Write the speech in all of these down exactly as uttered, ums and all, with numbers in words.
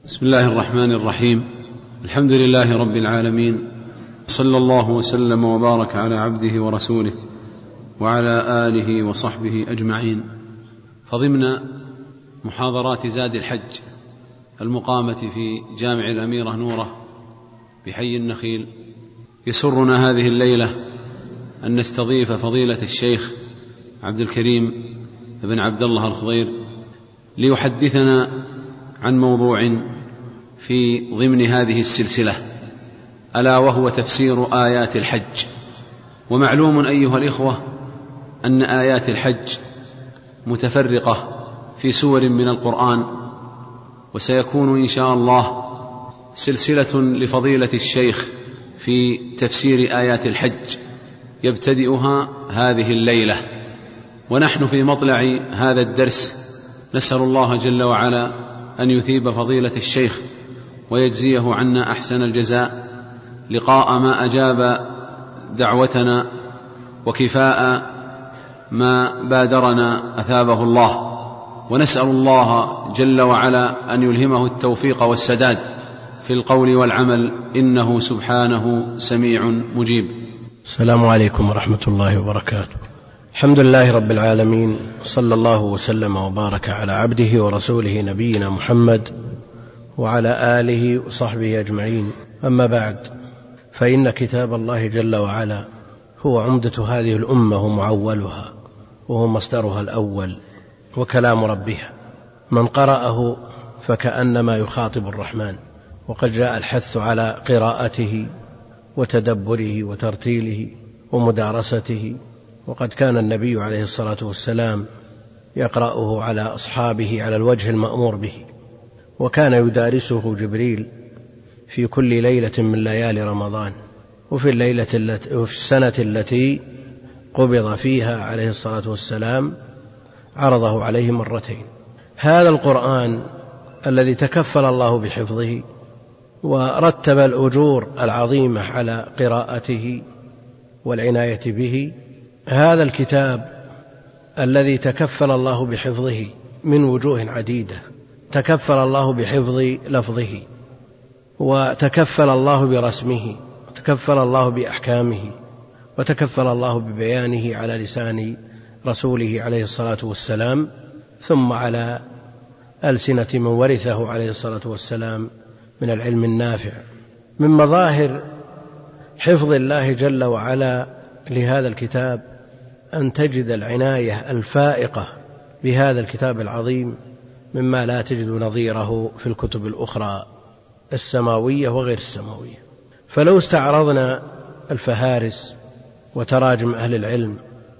بسم الله الرحمن الرحيم. الحمد لله رب العالمين، صلى الله وسلم وبارك على عبده ورسوله وعلى آله وصحبه أجمعين. فضمن محاضرات زاد الحج المقامة في جامع الأميرة نورة بحي النخيل، يسرنا هذه الليلة أن نستضيف فضيلة الشيخ عبد الكريم بن عبد الله الخضير ليحدثنا عن موضوع في ضمن هذه السلسلة، ألا وهو تفسير آيات الحج. ومعلوم أيها الإخوة أن آيات الحج متفرقة في سور من القرآن، وسيكون إن شاء الله سلسلة لفضيلة الشيخ في تفسير آيات الحج يبتدئها هذه الليلة، ونحن في مطلع هذا الدرس نسأل الله جل وعلا أن يثيب فضيلة الشيخ ويجزيه عنا أحسن الجزاء لقاء ما أجاب دعوتنا وكفاء ما بادرنا أثابه الله، ونسأل الله جل وعلا أن يلهمه التوفيق والسداد في القول والعمل، إنه سبحانه سميع مجيب. السلام عليكم ورحمة الله وبركاته. الحمد لله رب العالمين، صلى الله وسلم وبارك على عبده ورسوله نبينا محمد وعلى آله وصحبه أجمعين. أما بعد، فإن كتاب الله جل وعلا هو عمدة هذه الأمة ومعولها، وهو مصدرها الأول وكلام ربها. من قرأه فكأنما يخاطب الرحمن، وقد جاء الحث على قراءته وتدبره وترتيله ومدارسته، وقد كان النبي عليه الصلاة والسلام يقرأه على أصحابه على الوجه المأمور به، وكان يدارسه جبريل في كل ليلة من ليالي رمضان، وفي الليلة التي وفي السنة التي قبض فيها عليه الصلاة والسلام عرضه عليه مرتين. هذا القرآن الذي تكفل الله بحفظه ورتب الأجور العظيمة على قراءته والعناية به، هذا الكتاب الذي تكفل الله بحفظه من وجوه عديدة، تكفل الله بحفظ لفظه، وتكفل الله برسمه، وتكفل الله بأحكامه، وتكفل الله ببيانه على لسان رسوله عليه الصلاة والسلام، ثم على ألسنة من ورثه عليه الصلاة والسلام من العلم النافع. من مظاهر حفظ الله جل وعلا لهذا الكتاب أن تجد العناية الفائقة بهذا الكتاب العظيم مما لا تجد نظيره في الكتب الأخرى السماوية وغير السماوية. فلو استعرضنا الفهارس وتراجم أهل العلم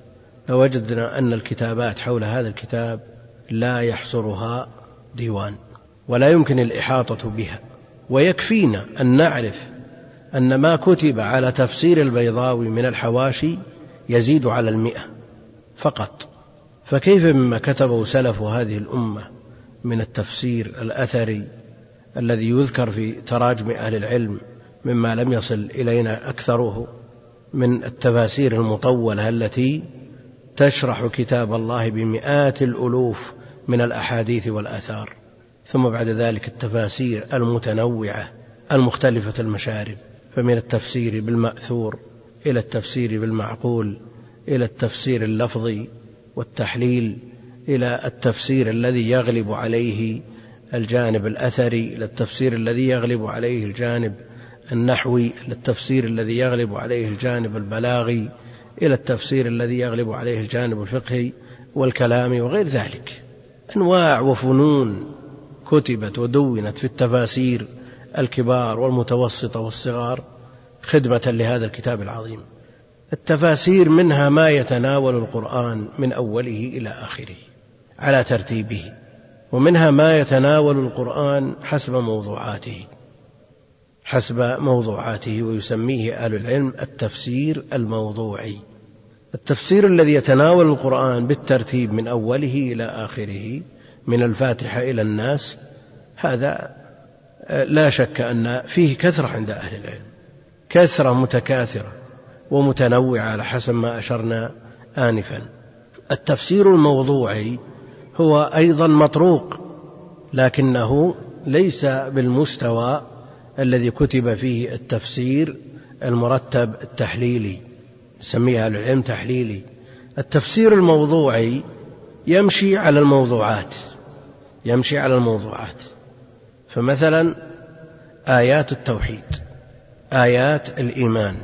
لوجدنا أن الكتابات حول هذا الكتاب لا يحصرها ديوان، ولا يمكن الإحاطة بها. ويكفينا أن نعرف أن ما كتب على تفسير البيضاوي من الحواشي يزيد على المئة فقط، فكيف مما كتبه سلف هذه الأمة من التفسير الأثري الذي يذكر في تراجم أهل العلم مما لم يصل إلينا أكثره من التفاسير المطولة التي تشرح كتاب الله بمئات الألوف من الأحاديث والآثار، ثم بعد ذلك التفاسير المتنوعة المختلفة المشارب، فمن التفسير بالمأثور إلى التفسير بالمعقول إلى التفسير اللفظي والتحليل إلى التفسير الذي يغلب عليه الجانب الأثري إلى التفسير الذي يغلب عليه الجانب النحوي إلى التفسير الذي يغلب عليه الجانب البلاغي إلى التفسير الذي يغلب عليه الجانب الفقهي والكلامي وغير ذلك. أنواع وفنون كتبت ودونت في التفاسير الكبار والمتوسطة والصغار خدمة لهذا الكتاب العظيم. التفاسير منها ما يتناول القرآن من أوله إلى آخره على ترتيبه، ومنها ما يتناول القرآن حسب موضوعاته حسب موضوعاته ويسميه أهل العلم التفسير الموضوعي. التفسير الذي يتناول القرآن بالترتيب من أوله إلى آخره من الفاتحة إلى الناس، هذا لا شك أن فيه كثرة عند أهل العلم، كثرة متكاثرة ومتنوعة على حسب ما أشرنا آنفا. التفسير الموضوعي هو أيضا مطروق، لكنه ليس بالمستوى الذي كتب فيه التفسير المرتب التحليلي، يسميها العلم تحليلي. التفسير الموضوعي يمشي على الموضوعات يمشي على الموضوعات فمثلا آيات التوحيد، آيات الإيمان،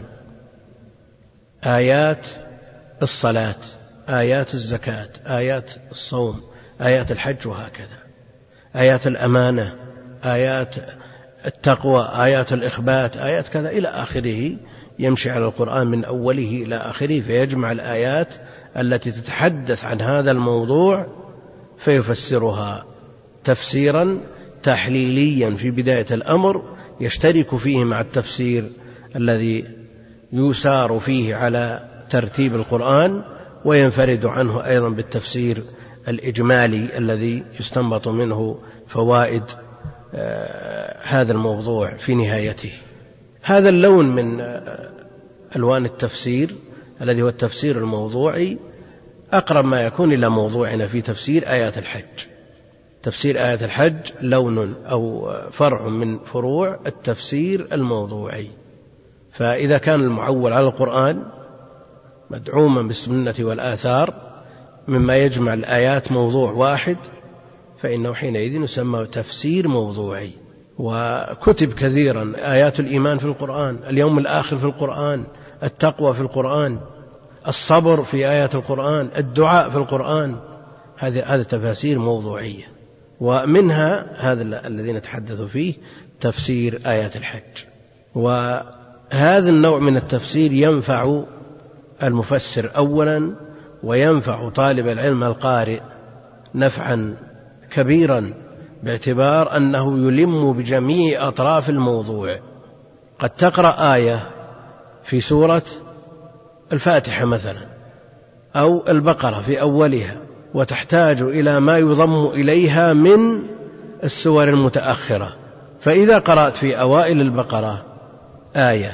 آيات الصلاة، آيات الزكاة، آيات الصوم، آيات الحج، وهكذا، آيات الأمانة، آيات التقوى، آيات الإخبات، آيات كذا إلى آخره. يمشي على القرآن من أوله إلى آخره، فيجمع الآيات التي تتحدث عن هذا الموضوع فيفسرها تفسيرا تحليليا في بداية الأمر، يشترك فيه مع التفسير الذي يسار فيه على ترتيب القرآن، وينفرد عنه أيضا بالتفسير الإجمالي الذي يستنبط منه فوائد هذا الموضوع في نهايته. هذا اللون من ألوان التفسير الذي هو التفسير الموضوعي أقرب ما يكون إلى موضوعنا في تفسير آيات الحج. تفسير آيات الحج لون أو فرع من فروع التفسير الموضوعي. فإذا كان المعول على القرآن مدعوما بالسنة والآثار مما يجمع الآيات موضوع واحد، فإنه حينئذ يسمى تفسير موضوعي. وكتب كثيرا آيات الإيمان في القرآن، اليوم الآخر في القرآن، التقوى في القرآن، الصبر في آيات القرآن، الدعاء في القرآن، هذه هذه تفاسير موضوعية. ومنها هذا الذي نتحدث فيه تفسير آيات الحج. وهذا النوع من التفسير ينفع المفسر أولا، وينفع طالب العلم القارئ نفعا كبيرا، باعتبار أنه يلم بجميع أطراف الموضوع. قد تقرأ آية في سورة الفاتحة مثلا أو البقرة في أولها، وتحتاج إلى ما يضم إليها من السور المتأخرة، فإذا قرأت في أوائل البقرة آية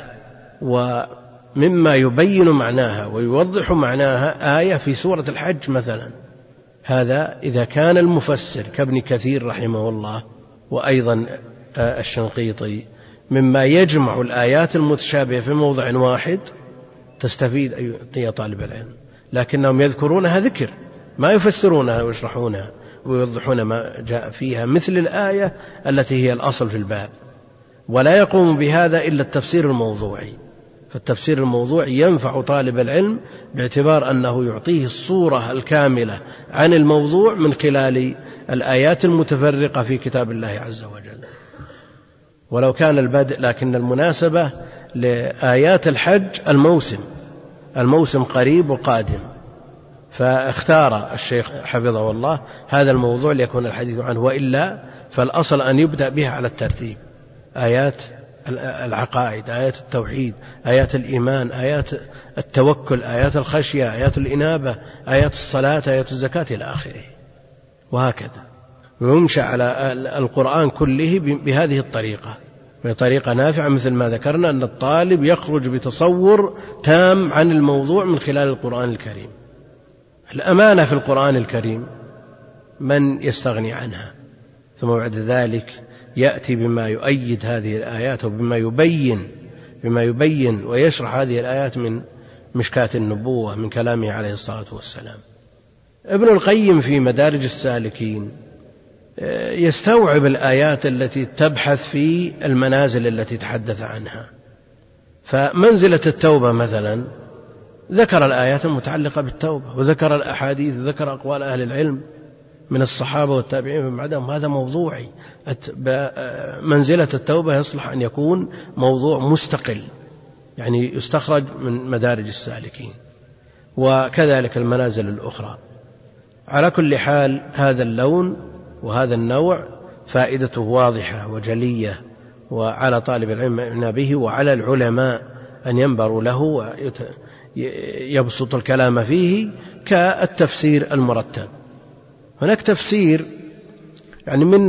ومما يبين معناها ويوضح معناها آية في سورة الحج مثلا، هذا إذا كان المفسر كابن كثير رحمه الله وأيضا الشنقيطي مما يجمع الآيات المتشابهة في موضع واحد، تستفيد يا طالب العلم. لكنهم يذكرونها ذكر، ما يفسرونها ويشرحونها ويوضحون ما جاء فيها مثل الآية التي هي الأصل في الباب، ولا يقوم بهذا إلا التفسير الموضوعي. فالتفسير الموضوعي ينفع طالب العلم باعتبار أنه يعطيه الصورة الكاملة عن الموضوع من خلال الآيات المتفرقة في كتاب الله عز وجل. ولو كان البدء، لكن المناسبة لآيات الحج الموسم الموسم قريب وقادم، فاختار الشيخ حفظه الله هذا الموضوع ليكون الحديث عنه، وإلا فالأصل أن يبدأ بها على الترتيب: آيات العقائد، آيات التوحيد، آيات الإيمان، آيات التوكل، آيات الخشية، آيات الإنابة، آيات الصلاة، آيات الزكاة إلى آخره، وهكذا. ويمشى على القرآن كله بهذه الطريقة، بطريقة نافعة، مثل ما ذكرنا أن الطالب يخرج بتصور تام عن الموضوع من خلال القرآن الكريم. الأمانة في القرآن الكريم من يستغني عنها؟ ثم بعد ذلك يأتي بما يؤيد هذه الآيات وبما يبين بما يبين ويشرح هذه الآيات من مشكاة النبوة من كلامه عليه الصلاة والسلام. ابن القيم في مدارج السالكين يستوعب الآيات التي تبحث في المنازل التي تحدث عنها. فمنزلة التوبة مثلا ذكر الآيات المتعلقة بالتوبة، وذكر الأحاديث، وذكر أقوال أهل العلم من الصحابة والتابعين من بعدهم. هذا موضوعي. منزلة التوبة يصلح أن يكون موضوع مستقل، يعني يستخرج من مدارج السالكين، وكذلك المنازل الأخرى. على كل حال هذا اللون وهذا النوع فائدته واضحة وجلية، وعلى طالب العلم يعنى به، وعلى العلماء أن ينبروا له ويبسط الكلام فيه كالتفسير المرتب. هناك تفسير يعني من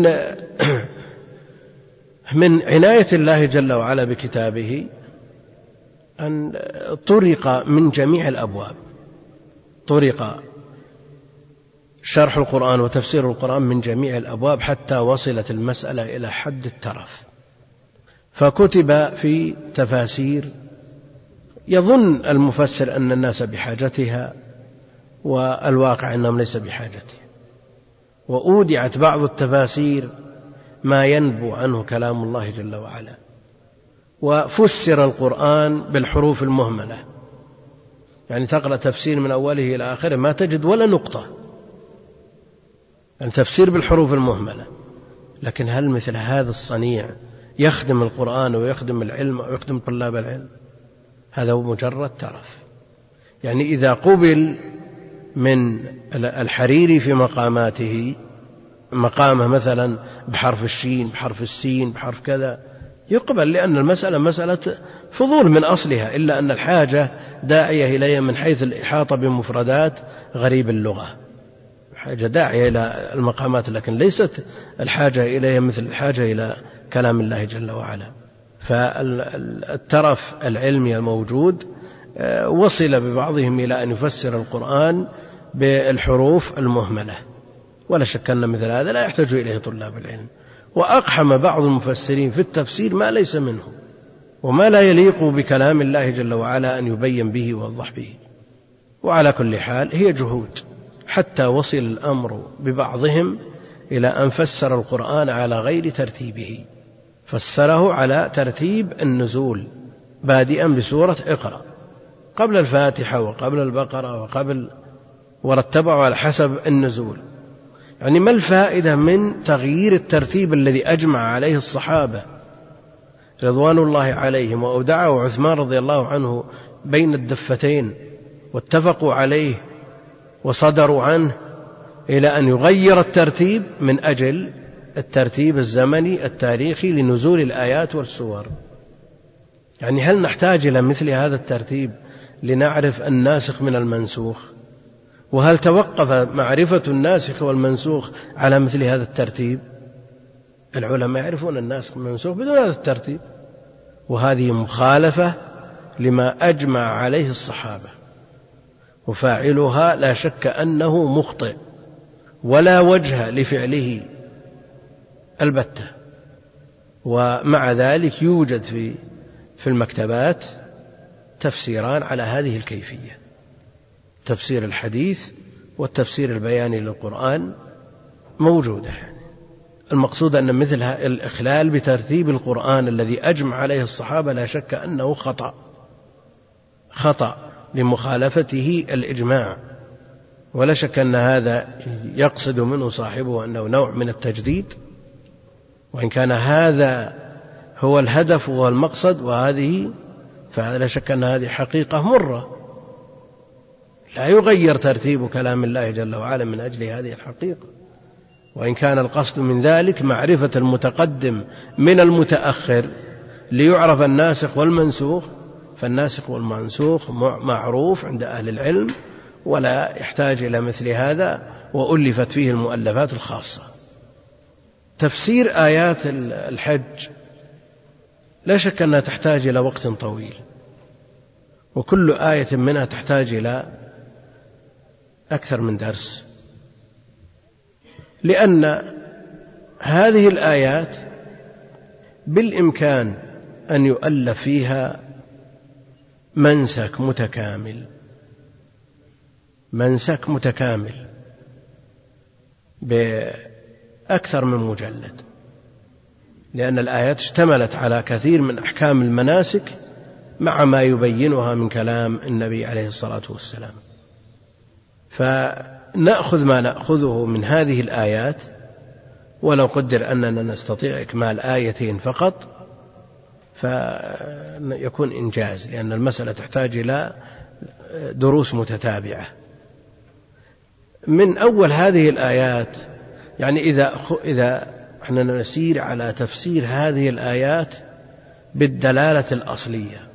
من عناية الله جل وعلا بكتابه أن طرق من جميع الأبواب، طرق شرح القرآن وتفسير القرآن من جميع الأبواب حتى وصلت المسألة إلى حد الترف، فكتب في تفاسير يظن المفسر أن الناس بحاجتها والواقع أنهم ليس بحاجتها، وأودعت بعض التفاسير ما ينبو عنه كلام الله جل وعلا، وفسر القرآن بالحروف المهملة، يعني تقرأ تفسير من أوله إلى آخره ما تجد ولا نقطة، يعني تفسير بالحروف المهملة. لكن هل مثل هذا الصنيع يخدم القرآن ويخدم العلم ويخدم طلاب العلم؟ هذا هو مجرد ترف. يعني إذا قبل من الحريري في مقاماته مقامه مثلا بحرف الشين بحرف السين بحرف كذا يقبل، لأن المسألة مسألة فضول من أصلها، إلا أن الحاجة داعية إليها من حيث الإحاطة بمفردات غريب اللغة، حاجة داعية إلى المقامات، لكن ليست الحاجة إليها مثل الحاجة إلى كلام الله جل وعلا. فالترف العلمي الموجود وصل ببعضهم إلى أن يفسر القرآن بالحروف المهملة، ولا شك أن مثل هذا لا يحتاج إليه طلاب العلم. وأقحم بعض المفسرين في التفسير ما ليس منه وما لا يليق بكلام الله جل وعلا أن يبين به ويوضح به. وعلى كل حال هي جهود حتى وصل الأمر ببعضهم إلى أن فسر القرآن على غير ترتيبه، فسره على ترتيب النزول بادئا بسورة اقرأ قبل الفاتحة وقبل البقرة وقبل ورتبه على حسب النزول. يعني ما الفائدة من تغيير الترتيب الذي أجمع عليه الصحابة رضوان الله عليهم وأودعه عثمان رضي الله عنه بين الدفتين واتفقوا عليه وصدروا عنه، إلى أن يغير الترتيب من أجل الترتيب الزمني التاريخي لنزول الآيات والسور؟ يعني هل نحتاج إلى مثل هذا الترتيب لنعرف الناسخ من المنسوخ؟ وهل توقف معرفة الناسخ والمنسوخ على مثل هذا الترتيب؟ العلماء يعرفون الناسخ والمنسوخ بدون هذا الترتيب، وهذه مخالفة لما أجمع عليه الصحابة، وفاعلها لا شك أنه مخطئ ولا وجه لفعله البتة. ومع ذلك يوجد في في المكتبات تفسيران على هذه الكيفية، تفسير الحديث والتفسير البياني للقرآن موجودة. المقصود أن مثل الإخلال بترتيب القرآن الذي أجمع عليه الصحابة لا شك أنه خطأ خطأ لمخالفته الإجماع، ولا شك أن هذا يقصد منه صاحبه أنه نوع من التجديد، وإن كان هذا هو الهدف والمقصد وهذه فلا شك أن هذه حقيقة مرة لا يغير ترتيب كلام الله جل وعلا من أجل هذه الحقيقة. وإن كان القصد من ذلك معرفة المتقدم من المتأخر ليعرف الناسخ والمنسوخ، فالناسخ والمنسوخ معروف عند أهل العلم ولا يحتاج إلى مثل هذا، وألفت فيه المؤلفات الخاصة. تفسير آيات الحج لا شك أنها تحتاج إلى وقت طويل، وكل آية منها تحتاج إلى أكثر من درس، لأن هذه الآيات بالإمكان أن يؤلف فيها منسك متكامل منسك متكامل بأكثر من مجلد، لأن الآيات اشتملت على كثير من أحكام المناسك مع ما يبينها من كلام النبي عليه الصلاة والسلام. فنأخذ ما نأخذه من هذه الآيات، ولو قدر أننا نستطيع إكمال آيتين فقط فيكون إنجاز، لأن المسألة تحتاج إلى دروس متتابعة. من أول هذه الآيات، يعني إذا إذا احنا نسير على تفسير هذه الآيات بالدلالة الأصلية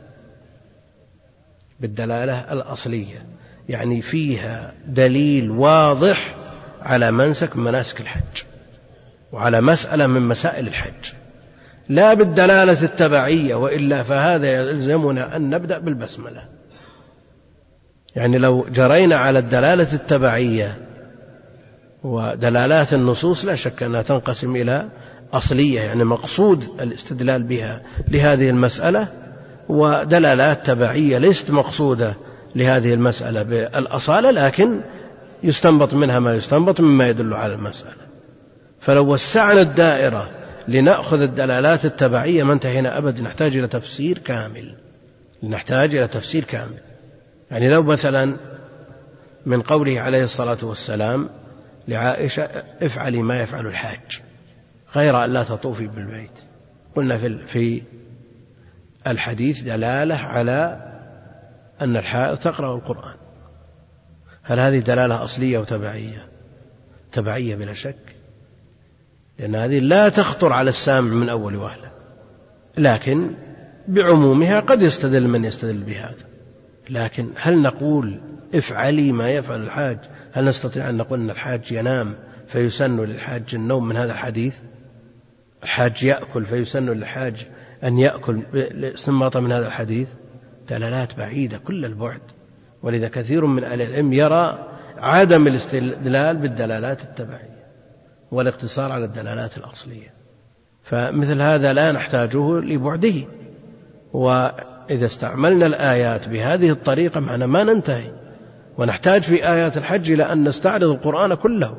بالدلالة الأصلية يعني فيها دليل واضح على منسك من مناسك الحج وعلى مسألة من مسائل الحج، لا بالدلالة التبعية، وإلا فهذا يلزمنا أن نبدأ بالبسملة. يعني لو جرينا على الدلالة التبعية ودلالات النصوص لا شك أنها تنقسم إلى أصلية، يعني مقصود الاستدلال بها لهذه المسألة، ودلالات تبعية ليست مقصودة لهذه المسألة بالأصالة، لكن يستنبط منها ما يستنبط مما يدل على المسألة. فلو وسعنا الدائرة لنأخذ الدلالات التبعية ما انتهينا أبد، نحتاج إلى تفسير كامل، نحتاج إلى تفسير كامل. يعني لو مثلا من قوله عليه الصلاة والسلام لعائشة افعلي ما يفعل الحاج غير أن لا تطوفي بالبيت، قلنا في الحديث دلالة على أن الحائض تقرأ القرآن، هل هذه دلالة أصلية وتبعية؟ تبعية بلا شك، لأن هذه لا تخطر على السامع من أول وهلة، لكن بعمومها قد يستدل من يستدل بهذا. لكن هل نقول افعلي ما يفعل الحاج؟ هل نستطيع أن نقول أن الحاج ينام فيسن للحاج النوم من هذا الحديث؟ الحاج يأكل فيسن للحاج أن يأكل استنباطا من هذا الحديث؟ دلالات بعيدة كل البعد. ولذا كثير من أهل العلم يرى عدم الاستدلال بالدلالات التبعية والاقتصار على الدلالات الأصلية، فمثل هذا لا نحتاجه لبعده. وإذا استعملنا الآيات بهذه الطريقة معنا ما ننتهي، ونحتاج في آيات الحج إلى أن نستعرض القرآن كله،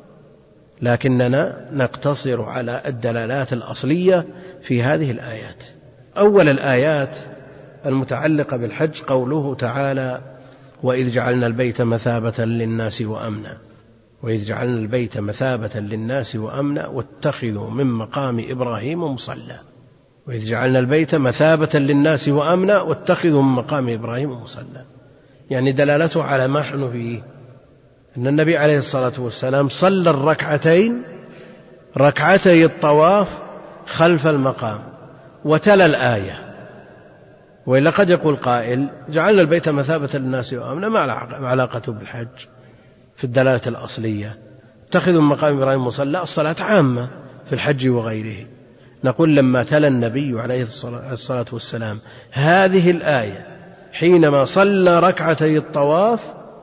لكننا نقتصر على الدلالات الأصلية في هذه الآيات. أول الآيات المتعلقة بالحج قوله تعالى وإذ جعلنا البيت مثابة للناس وأمنا وإذ جعلنا البيت مثابة للناس وأمنا واتخذوا من مقام إبراهيم مصلى. وإذ جعلنا البيت مثابة للناس وأمنا واتخذوا من مقام إبراهيم مصلى، يعني دلالته على ما نحن فيه، أن النبي عليه الصلاة والسلام صلى الركعتين ركعتي الطواف خلف المقام وتلا الآية. وإلا قد يقول قائل جعلنا البيت مثابة للناس وأمنا ما علاقته بالحج في الدلالة الأصلية، اتخذوا من مقام إبراهيم مصلى الصلاة عامة في الحج وغيره. نقول لما تلا النبي عليه الصلاة والسلام هذه الآية حينما صلى ركعتي الطواف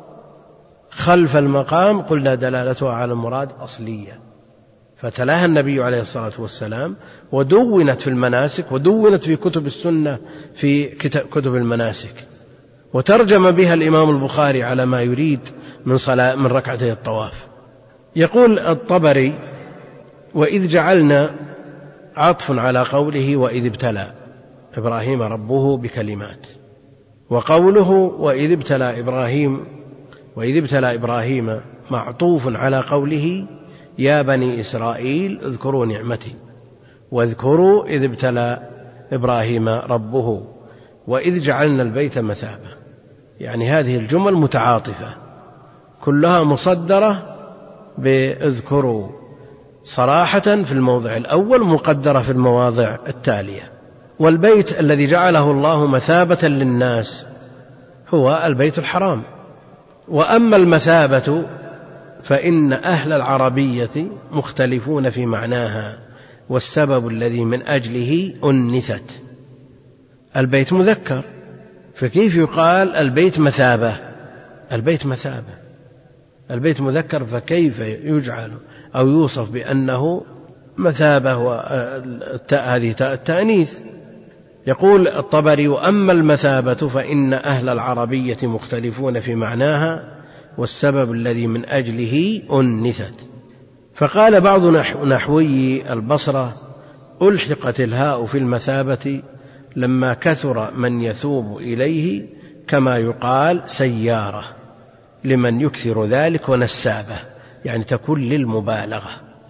خلف المقام قلنا دلالتها على المراد أصلية، فتلاها النبي عليه الصلاة والسلام ودونت في المناسك ودونت في كتب السنة في كتب المناسك، وترجم بها الإمام البخاري على ما يريد من صلاة من ركعتي الطواف. يقول الطبري وإذ جعلنا عطف على قوله وإذ ابتلى إبراهيم ربه بكلمات، وقوله وإذ ابتلى إبراهيم وإذ ابتلى إبراهيم معطوف على قوله يا بني إسرائيل اذكروا نعمتي واذكروا إذ ابتلى إبراهيم ربه وإذ جعلنا البيت مثابة. يعني هذه الجمل متعاطفة كلها مصدرة باذكروا صراحة في الموضع الأول مقدرة في المواضع التالية. والبيت الذي جعله الله مثابة للناس هو البيت الحرام. وأما المثابة فإن أهل العربية مختلفون في معناها، والسبب الذي من أجله أنثت. البيت مذكر فكيف يقال البيت مثابة؟ البيت مثابة البيت مذكر فكيف يجعل أو يوصف بأنه مثابة والتاء هذه تاء التأنيث؟ يقول الطبري وأما المثابة فإن أهل العربية مختلفون في معناها والسبب الذي من أجله أنثت. فقال بعض نحوي البصرة ألحقت الهاء في المثابة لما كثر من يثوب إليه كما يقال سيارة لمن يكثر ذلك ونسابة، يعني تكون للمبالغة،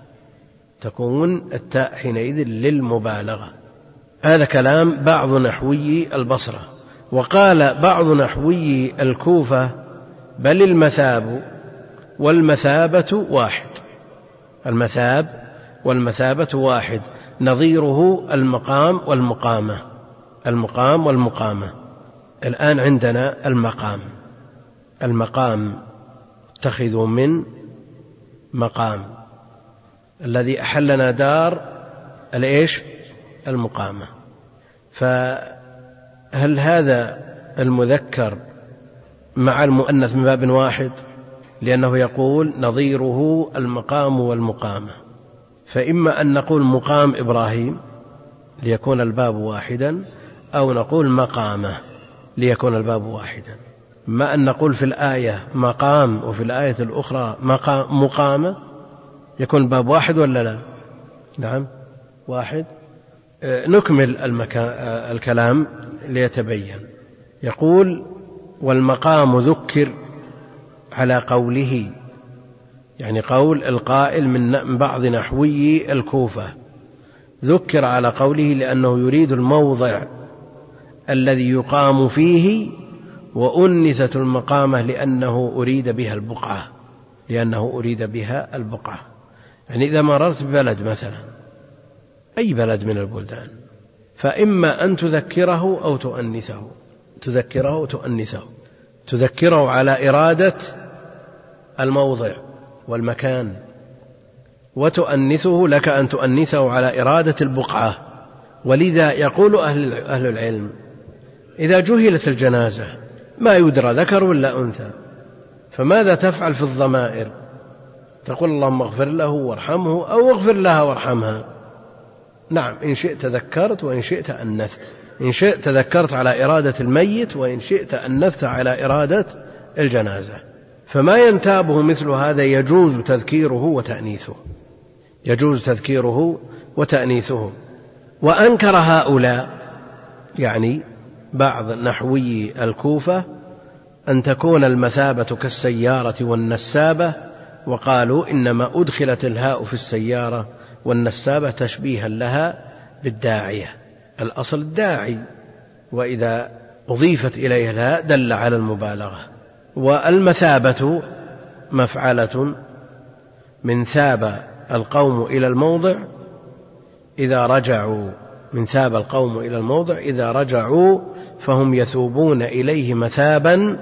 تكون التاء حينئذ للمبالغة. هذا كلام بعض نحوي البصرة. وقال بعض نحوي الكوفة بل المثاب والمثابة واحد، المثاب والمثابة واحد، نظيره المقام والمقامة، المقام والمقامة. الآن عندنا المقام، المقام اتخذوا من مقام، الذي أحلنا دار الإيش؟ المقامة. فهل هذا المذكر مع المؤنث من باب واحد؟ لأنه يقول نظيره المقام والمقامة، فإما أن نقول مقام إبراهيم ليكون الباب واحدا، أو نقول مقامه ليكون الباب واحدا. ما أن نقول في الآية مقام وفي الآية الأخرى مقام مقامة يكون الباب واحد ولا لا؟ نعم واحد. نكمل الكلام ليتبين. يقول والمقام ذكر على قوله، يعني قول القائل من بعض نحوي الكوفة، ذكر على قوله لأنه يريد الموضع الذي يقام فيه، وأنثت المقامة لأنه أريد بها البقعة لأنه أريد بها البقعة. يعني إذا مررت ببلد مثلا، أي بلد من البلدان، فإما أن تذكره أو تؤنثه، تذكره أو تؤنثه، تذكره على إرادة الموضع والمكان، وتؤنثه لك أن تؤنثه على إرادة البقعة. ولذا يقول أهل أهل العلم إذا جهلت الجنازة ما يدرى ذكر ولا أنثى، فماذا تفعل في الضمائر؟ تقول اللهم اغفر له وارحمه أو اغفر لها وارحمها. نعم، إن شئت ذكرت وإن شئت أنثت، إن شئت تذكرت على إرادة الميت وإن شئت أنثت على إرادة الجنازة. فما ينتابه مثل هذا يجوز تذكيره وتأنيثه، يجوز تذكيره وتأنيثه. وأنكر هؤلاء يعني بعض نحوي الكوفة أن تكون المثابة كالسيارة والنسابة، وقالوا إنما أدخلت الهاء في السيارة والنسابة تشبيها لها بالداعية، الأصل الداعي، وإذا أضيفت إليها الهاء دل على المبالغة. والمثابة مفعلة من ثاب القوم إلى الموضع إذا رجعوا، من ثاب القوم إلى الموضع إذا رجعوا فهم يثوبون إليه مثابا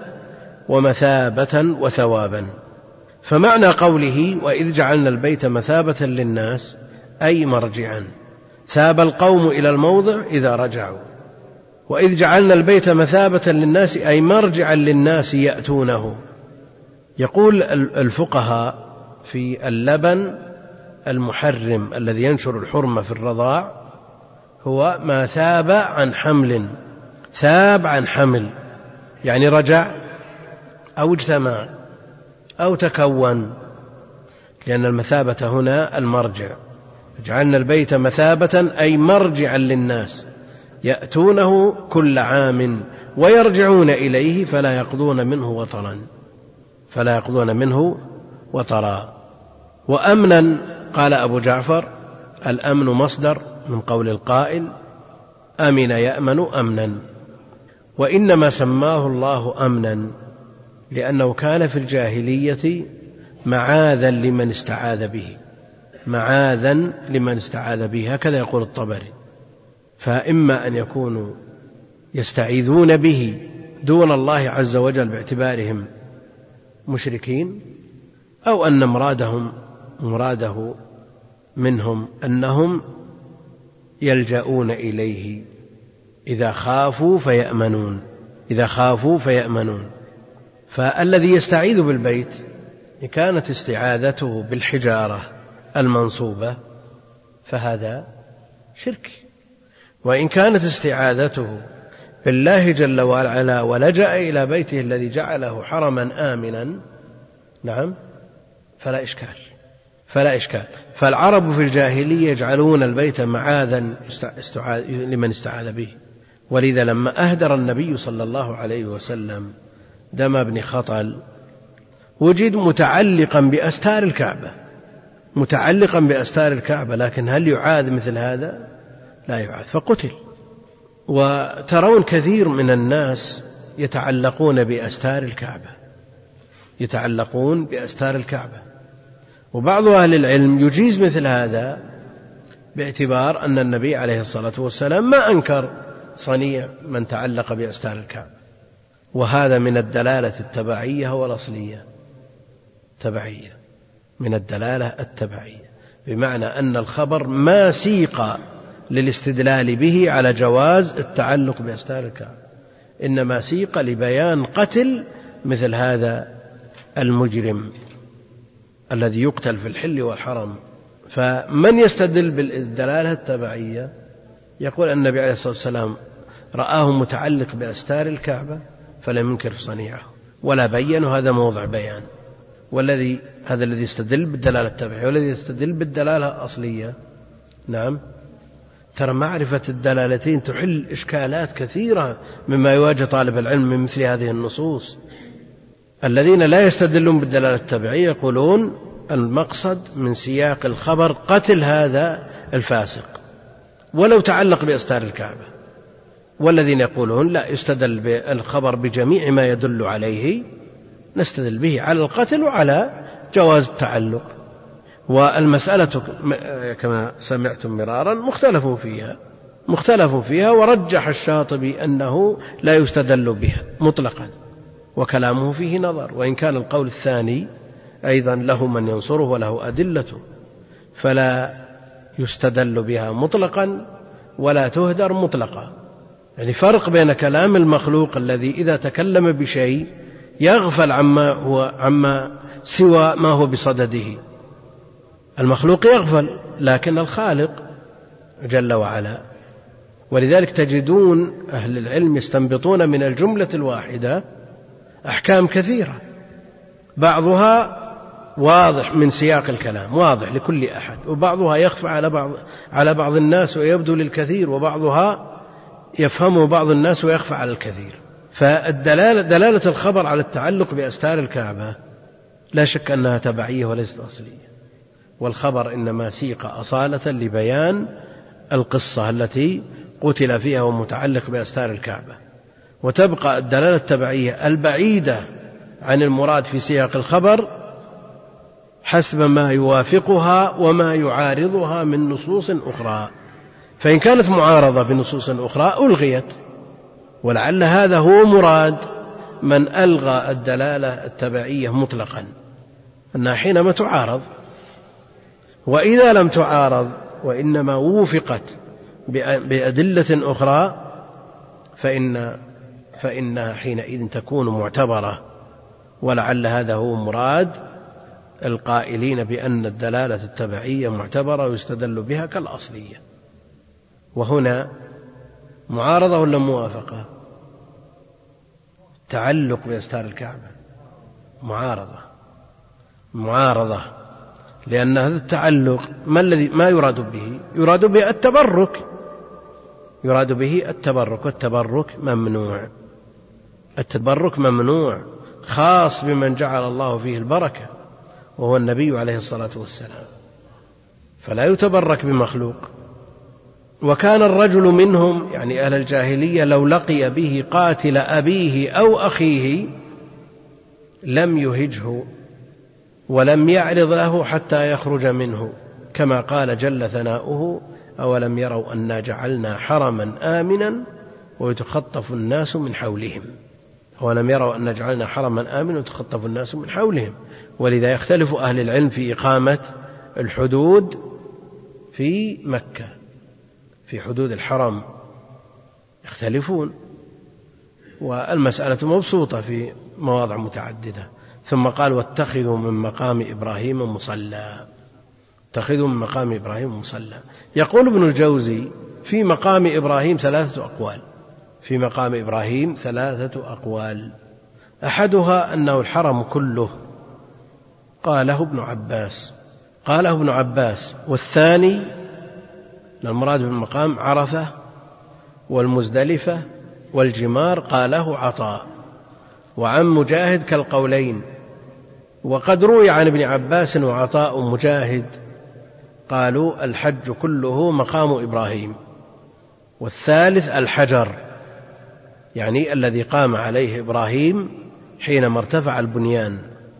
ومثابة وثوابا. فمعنى قوله وإذ جعلنا البيت مثابة للناس أي مرجعا، ثاب القوم إلى الموضع إذا رجعوا، وإذ جعلنا البيت مثابة للناس أي مرجعا للناس يأتونه. يقول الفقهاء في اللبن المحرم الذي ينشر الحرمة في الرضاع هو ما ثاب عن حمل، ثاب عن حمل يعني رجع أو اجتمع أو تكون، لأن المثابة هنا المرجع. جعلنا البيت مثابة أي مرجعا للناس يأتونه كل عام ويرجعون إليه فلا يقضون منه وطرا، فلا يقضون منه وطرا. وأمنا قال أبو جعفر الأمن مصدر من قول القائل أمن يأمن أمنا، وإنما سماه الله أمنا لأنه كان في الجاهلية معاذا لمن استعاذ به، معاذا لمن استعاذ به، هكذا يقول الطبري. فإما أن يكونوا يستعيذون به دون الله عز وجل باعتبارهم مشركين، أو أن مرادهم مراده منهم أنهم يلجؤون إليه إذا خافوا فيأمنون، إذا خافوا فيأمنون. فالذي يستعيذ بالبيت إن كانت استعاذته بالحجارة المنصوبة فهذا شرك، وإن كانت استعاذته بالله جل وعلا ولجأ إلى بيته الذي جعله حرما آمنا نعم فلا إشكال، فلا إشكال. فالعرب في الجاهلية يجعلون البيت معاذا لمن استعاذ به. ولذا لما أهدر النبي صلى الله عليه وسلم دم ابن خطل وجد متعلقا بأستار الكعبة، متعلقا بأستار الكعبة، لكن هل يعاذ مثل هذا؟ لا يعاذ، فقتل. وترون كثير من الناس يتعلقون بأستار الكعبة، يتعلقون بأستار الكعبة، وبعض أهل العلم يجيز مثل هذا باعتبار أن النبي عليه الصلاة والسلام ما أنكر صنيع من تعلق بأستار الكعبة. وهذا من الدلالة التبعية والأصلية، تبعية من الدلالة التبعية، بمعنى أن الخبر ما سيق للاستدلال به على جواز التعلق بأستار الكعبة، إنما سيق لبيان قتل مثل هذا المجرم الذي يقتل في الحل والحرم. فمن يستدل بالدلالة التبعية يقول النبي عليه الصلاة والسلام رآه متعلق بأستار الكعبة فلم ينكر صنيعه ولا بين، وهذا موضع بيان. والذي هذا الذي يستدل بالدلالة التبعية، والذي يستدل بالدلالة الأصلية نعم. ترى معرفة الدلالتين تحل إشكالات كثيرة مما يواجه طالب العلم من مثل هذه النصوص. الذين لا يستدلون بالدلالة التبعية يقولون المقصد من سياق الخبر قتل هذا الفاسق ولو تعلق بأستار الكعبة، والذين يقولون لا، يستدل بالخبر بجميع ما يدل عليه، نستدل به على القتل وعلى جواز التعلق. والمسألة كما سمعتم مرارا مختلف فيها مختلف فيها ورجح الشاطبي أنه لا يستدل بها مطلقا، وكلامه فيه نظر، وإن كان القول الثاني أيضا له من ينصره وله أدلته، فلا يستدل بها مطلقا ولا تهدر مطلقا. يعني فرق بين كلام المخلوق الذي إذا تكلم بشيء يغفل عما هو عما سوى ما هو بصدده. المخلوق يغفل، لكن الخالق جل وعلا. ولذلك تجدون أهل العلم يستنبطون من الجملة الواحدة أحكام كثيرة، بعضها واضح من سياق الكلام واضح لكل أحد، وبعضها يخفى على بعض على بعض الناس ويبدو للكثير، وبعضها يفهمه بعض الناس ويخفى على الكثير. فالدلالة دلالة الخبر على التعلق بأستار الكعبة لا شك أنها تبعية وليست أصلية، والخبر إنما سيق أصالة لبيان القصة التي قتل فيها ومتعلق بأستار الكعبة. وتبقى الدلالة التبعية البعيدة عن المراد في سياق الخبر حسب ما يوافقها وما يعارضها من نصوص أخرى. فإن كانت معارضة بنصوص أخرى ألغيت، ولعل هذا هو مراد من ألغى الدلالة التبعية مطلقا، أنها حينما تعارض. وإذا لم تعارض وإنما وفقت بأدلة أخرى فإن فإنها حينئذ تكون معتبرة. ولعل هذا هو مراد القائلين بأن الدلالة التبعية معتبرة ويستدل بها كالأصلية. وهنا معارضة ولا موافقة؟ تعلق بأستار الكعبة معارضة معارضة لأن هذا التعلق ما الذي ما يراد به؟ يراد به التبرك يراد به التبرك والتبرك ممنوع. التبرك ممنوع خاص بمن جعل الله فيه البركة وهو النبي عليه الصلاة والسلام، فلا يتبرك بمخلوق. وكان الرجل منهم يعني أهل الجاهلية لو لقي به قاتل أبيه أو أخيه لم يهجه ولم يعرض له حتى يخرج منه، كما قال جل ثناؤه: أولم يروا أنا جعلنا حرما آمنا ويتخطف الناس من حولهم. أولم يروا أن جعلنا حرما آمنا ويتخطف الناس من حولهم. ولذا يختلف أهل العلم في إقامة الحدود في مكة، في حدود الحرم يختلفون، والمسألة مبسوطة في مواضع متعددة. ثم قال: واتخذوا من مقام إبراهيم مصلى. اتخذوا من مقام إبراهيم مصلى. يقول ابن الجوزي: في مقام إبراهيم ثلاثة أقوال في مقام إبراهيم ثلاثة أقوال أحدها أنه الحرم كله، قاله ابن عباس قاله ابن عباس والثاني المراد بالمقام عرفة والمزدلفة والجمار، قاله عطاء. وعن مجاهد كالقولين. وقد روي عن ابن عباس وعطاء مجاهد قالوا الحج كله مقام إبراهيم، والثالث الحجر يعني الذي قام عليه إبراهيم حينما ارتفع البنيان،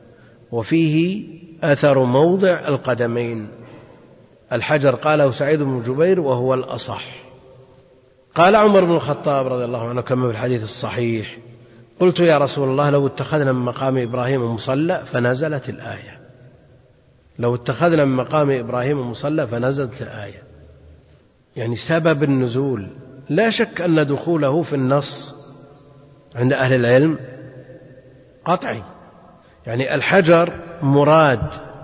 وفيه أثر موضع القدمين. الحجر قاله سعيد بن جبير وهو الأصح. قال عمر بن الخطاب رضي الله عنه كما في الحديث الصحيح: قلت يا رسول الله لو اتخذنا من مقام إبراهيم مصلى، فنزلت الآية. لو اتخذنا من مقام إبراهيم مصلى فنزلت الآية، يعني سبب النزول. لا شك أن دخوله في النص عند أهل العلم قطعي، يعني الحجر مراد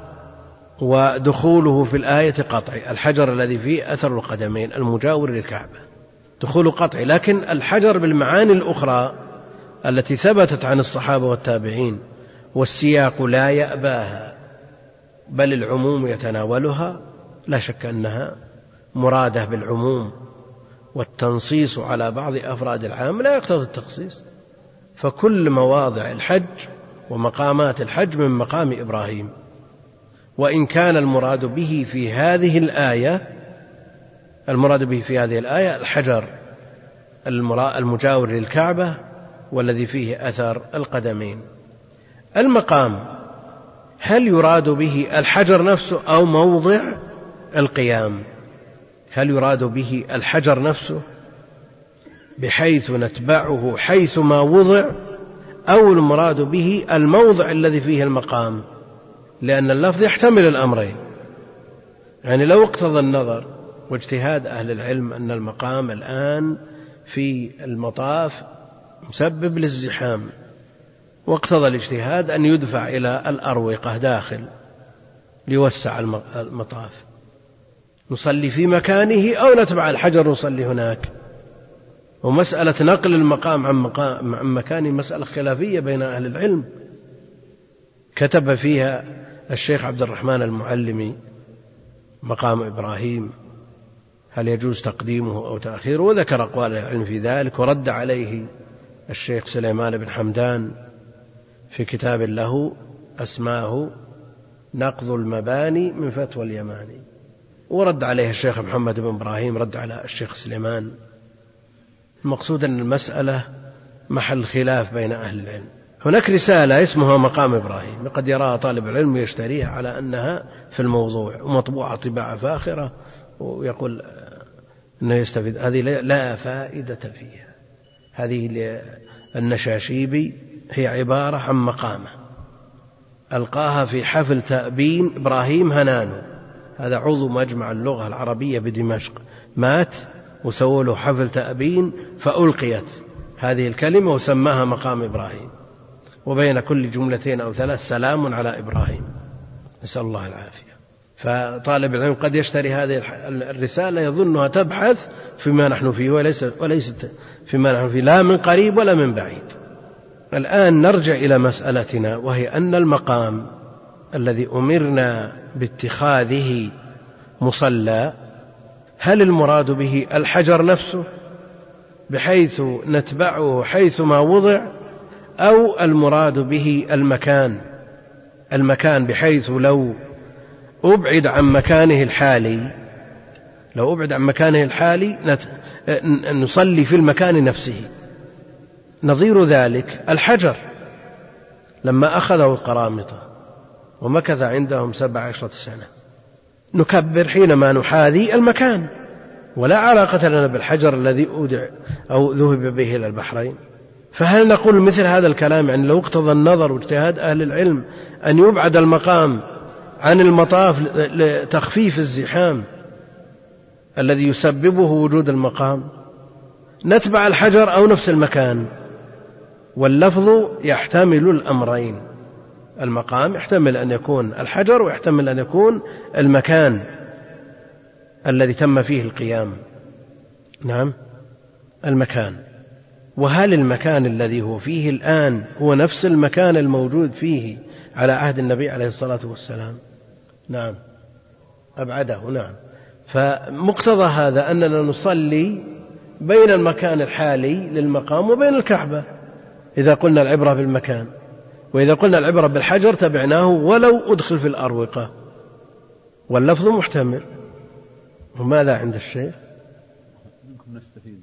ودخوله في الآية قطعي، الحجر الذي فيه أثر القدمين المجاور للكعبة دخول قطعي، لكن الحجر بالمعاني الأخرى التي ثبتت عن الصحابة والتابعين والسياق لا يأباها بل العموم يتناولها، لا شك أنها مرادة بالعموم، والتنصيص على بعض أفراد العام لا يقتضي التخصيص. فكل مواضع الحج ومقامات الحج من مقام إبراهيم، وإن كان المراد به في هذه الآية المراد به في هذه الآية الحجر المجاور للكعبة والذي فيه أثر القدمين. المقام هل يراد به الحجر نفسه أو موضع القيام؟ هل يراد به الحجر نفسه بحيث نتبعه حيث ما وضع، أو المراد به الموضع الذي فيه المقام؟ لأن اللفظ يحتمل الأمرين. يعني لو اقتضى النظر واجتهاد أهل العلم أن المقام الآن في المطاف مسبب للزحام، واقتضى الاجتهاد أن يدفع إلى الأروقة داخل ليوسع المطاف، نصلي في مكانه أو نتبع الحجر نصلي هناك. ومسألة نقل المقام عن, مقام عن مكانه مسألة خلافية بين أهل العلم، كتب فيها الشيخ عبد الرحمن المعلمي مقام إبراهيم هل يجوز تقديمه أو تأخيره، وذكر أقوال العلم في ذلك، ورد عليه الشيخ سليمان بن حمدان في كتاب له أسماه نقض المباني من فتوى اليماني، ورد عليه الشيخ محمد بن إبراهيم رد على الشيخ سليمان. المقصود أن المسألة محل خلاف بين أهل العلم. هناك رسالة اسمها مقام إبراهيم قد يراها طالب العلم يشتريها على أنها في الموضوع ومطبوعة طباعة فاخرة ويقول أنه يستفيد، هذه لا فائدة فيها. هذه النشاشيبي هي عبارة عن مقامة ألقاها في حفل تأبين إبراهيم هنانو، هذا عضو مجمع اللغة العربية بدمشق، مات وسووا له حفل تأبين فألقيت هذه الكلمة وسماها مقام إبراهيم، وبين كل جملتين أو ثلاث سلام على إبراهيم، نسأل الله العافية. فطالب العلم قد يشتري هذه الرسالة يظنها تبحث فيما نحن فيه وليست وليست فيما نحن فيه لا من قريب ولا من بعيد. الآن نرجع إلى مسألتنا، وهي أن المقام الذي أمرنا باتخاذه مصلى هل المراد به الحجر نفسه بحيث نتبعه حيث ما وضع، أو المراد به المكان المكان بحيث لو أبعد عن مكانه الحالي لو أبعد عن مكانه الحالي نت... نصلي في المكان نفسه. نظير ذلك الحجر لما أخذه القرامطة ومكث عندهم سبع عشرة سنة نكبر حينما نحاذي المكان، ولا علاقة لنا بالحجر الذي أودع أو ذهب به إلى البحرين. فهل نقول مثل هذا الكلام يعني لو اقتضى النظر واجتهاد أهل العلم أن يبعد المقام عن المطاف لتخفيف الزحام الذي يسببه وجود المقام نتبع الحجر أو نفس المكان؟ واللفظ يحتمل الأمرين، المقام يحتمل أن يكون الحجر ويحتمل أن يكون المكان الذي تم فيه القيام. نعم المكان. وهل المكان الذي هو فيه الآن هو نفس المكان الموجود فيه على عهد النبي عليه الصلاة والسلام؟ نعم أبعده. نعم. فمقتضى هذا أننا نصلي بين المكان الحالي للمقام وبين الكعبة إذا قلنا العبرة بالمكان، وإذا قلنا العبرة بالحجر تبعناه ولو أدخل في الأروقة، واللفظ محتمل. وماذا عند الشيخ؟ نستفيد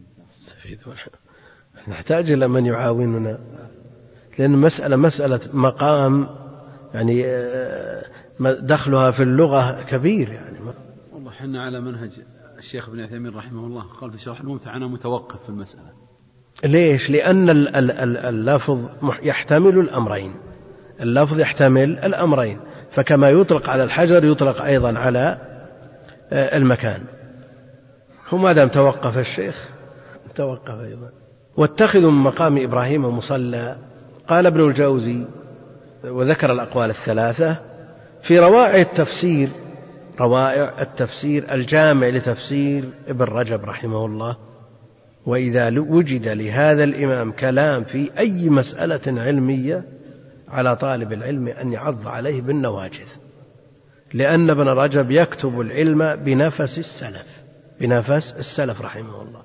نحتاج إلى من يعاوننا، لأن مسألة مسألة مقام يعني دخلها في اللغة كبير. يعني والله حنا على منهج الشيخ ابن عثيمين رحمه الله قال في شرح الممتع أنا متوقف في المسألة. ليش؟ لأن اللفظ يحتمل الأمرين اللفظ يحتمل الأمرين فكما يطلق على الحجر يطلق أيضا على المكان. وما دام توقف الشيخ توقف أيضا. واتخذوا من مقام إبراهيم مصلى. قال ابن الجوزي وذكر الأقوال الثلاثة في روائع التفسير، روائع التفسير الجامع لتفسير ابن رجب رحمه الله. وإذا وجد لهذا الإمام كلام في أي مسألة علمية على طالب العلم أن يعض عليه بالنواجذ، لأن ابن رجب يكتب العلم بنفس السلف، بنفس السلف رحمه الله.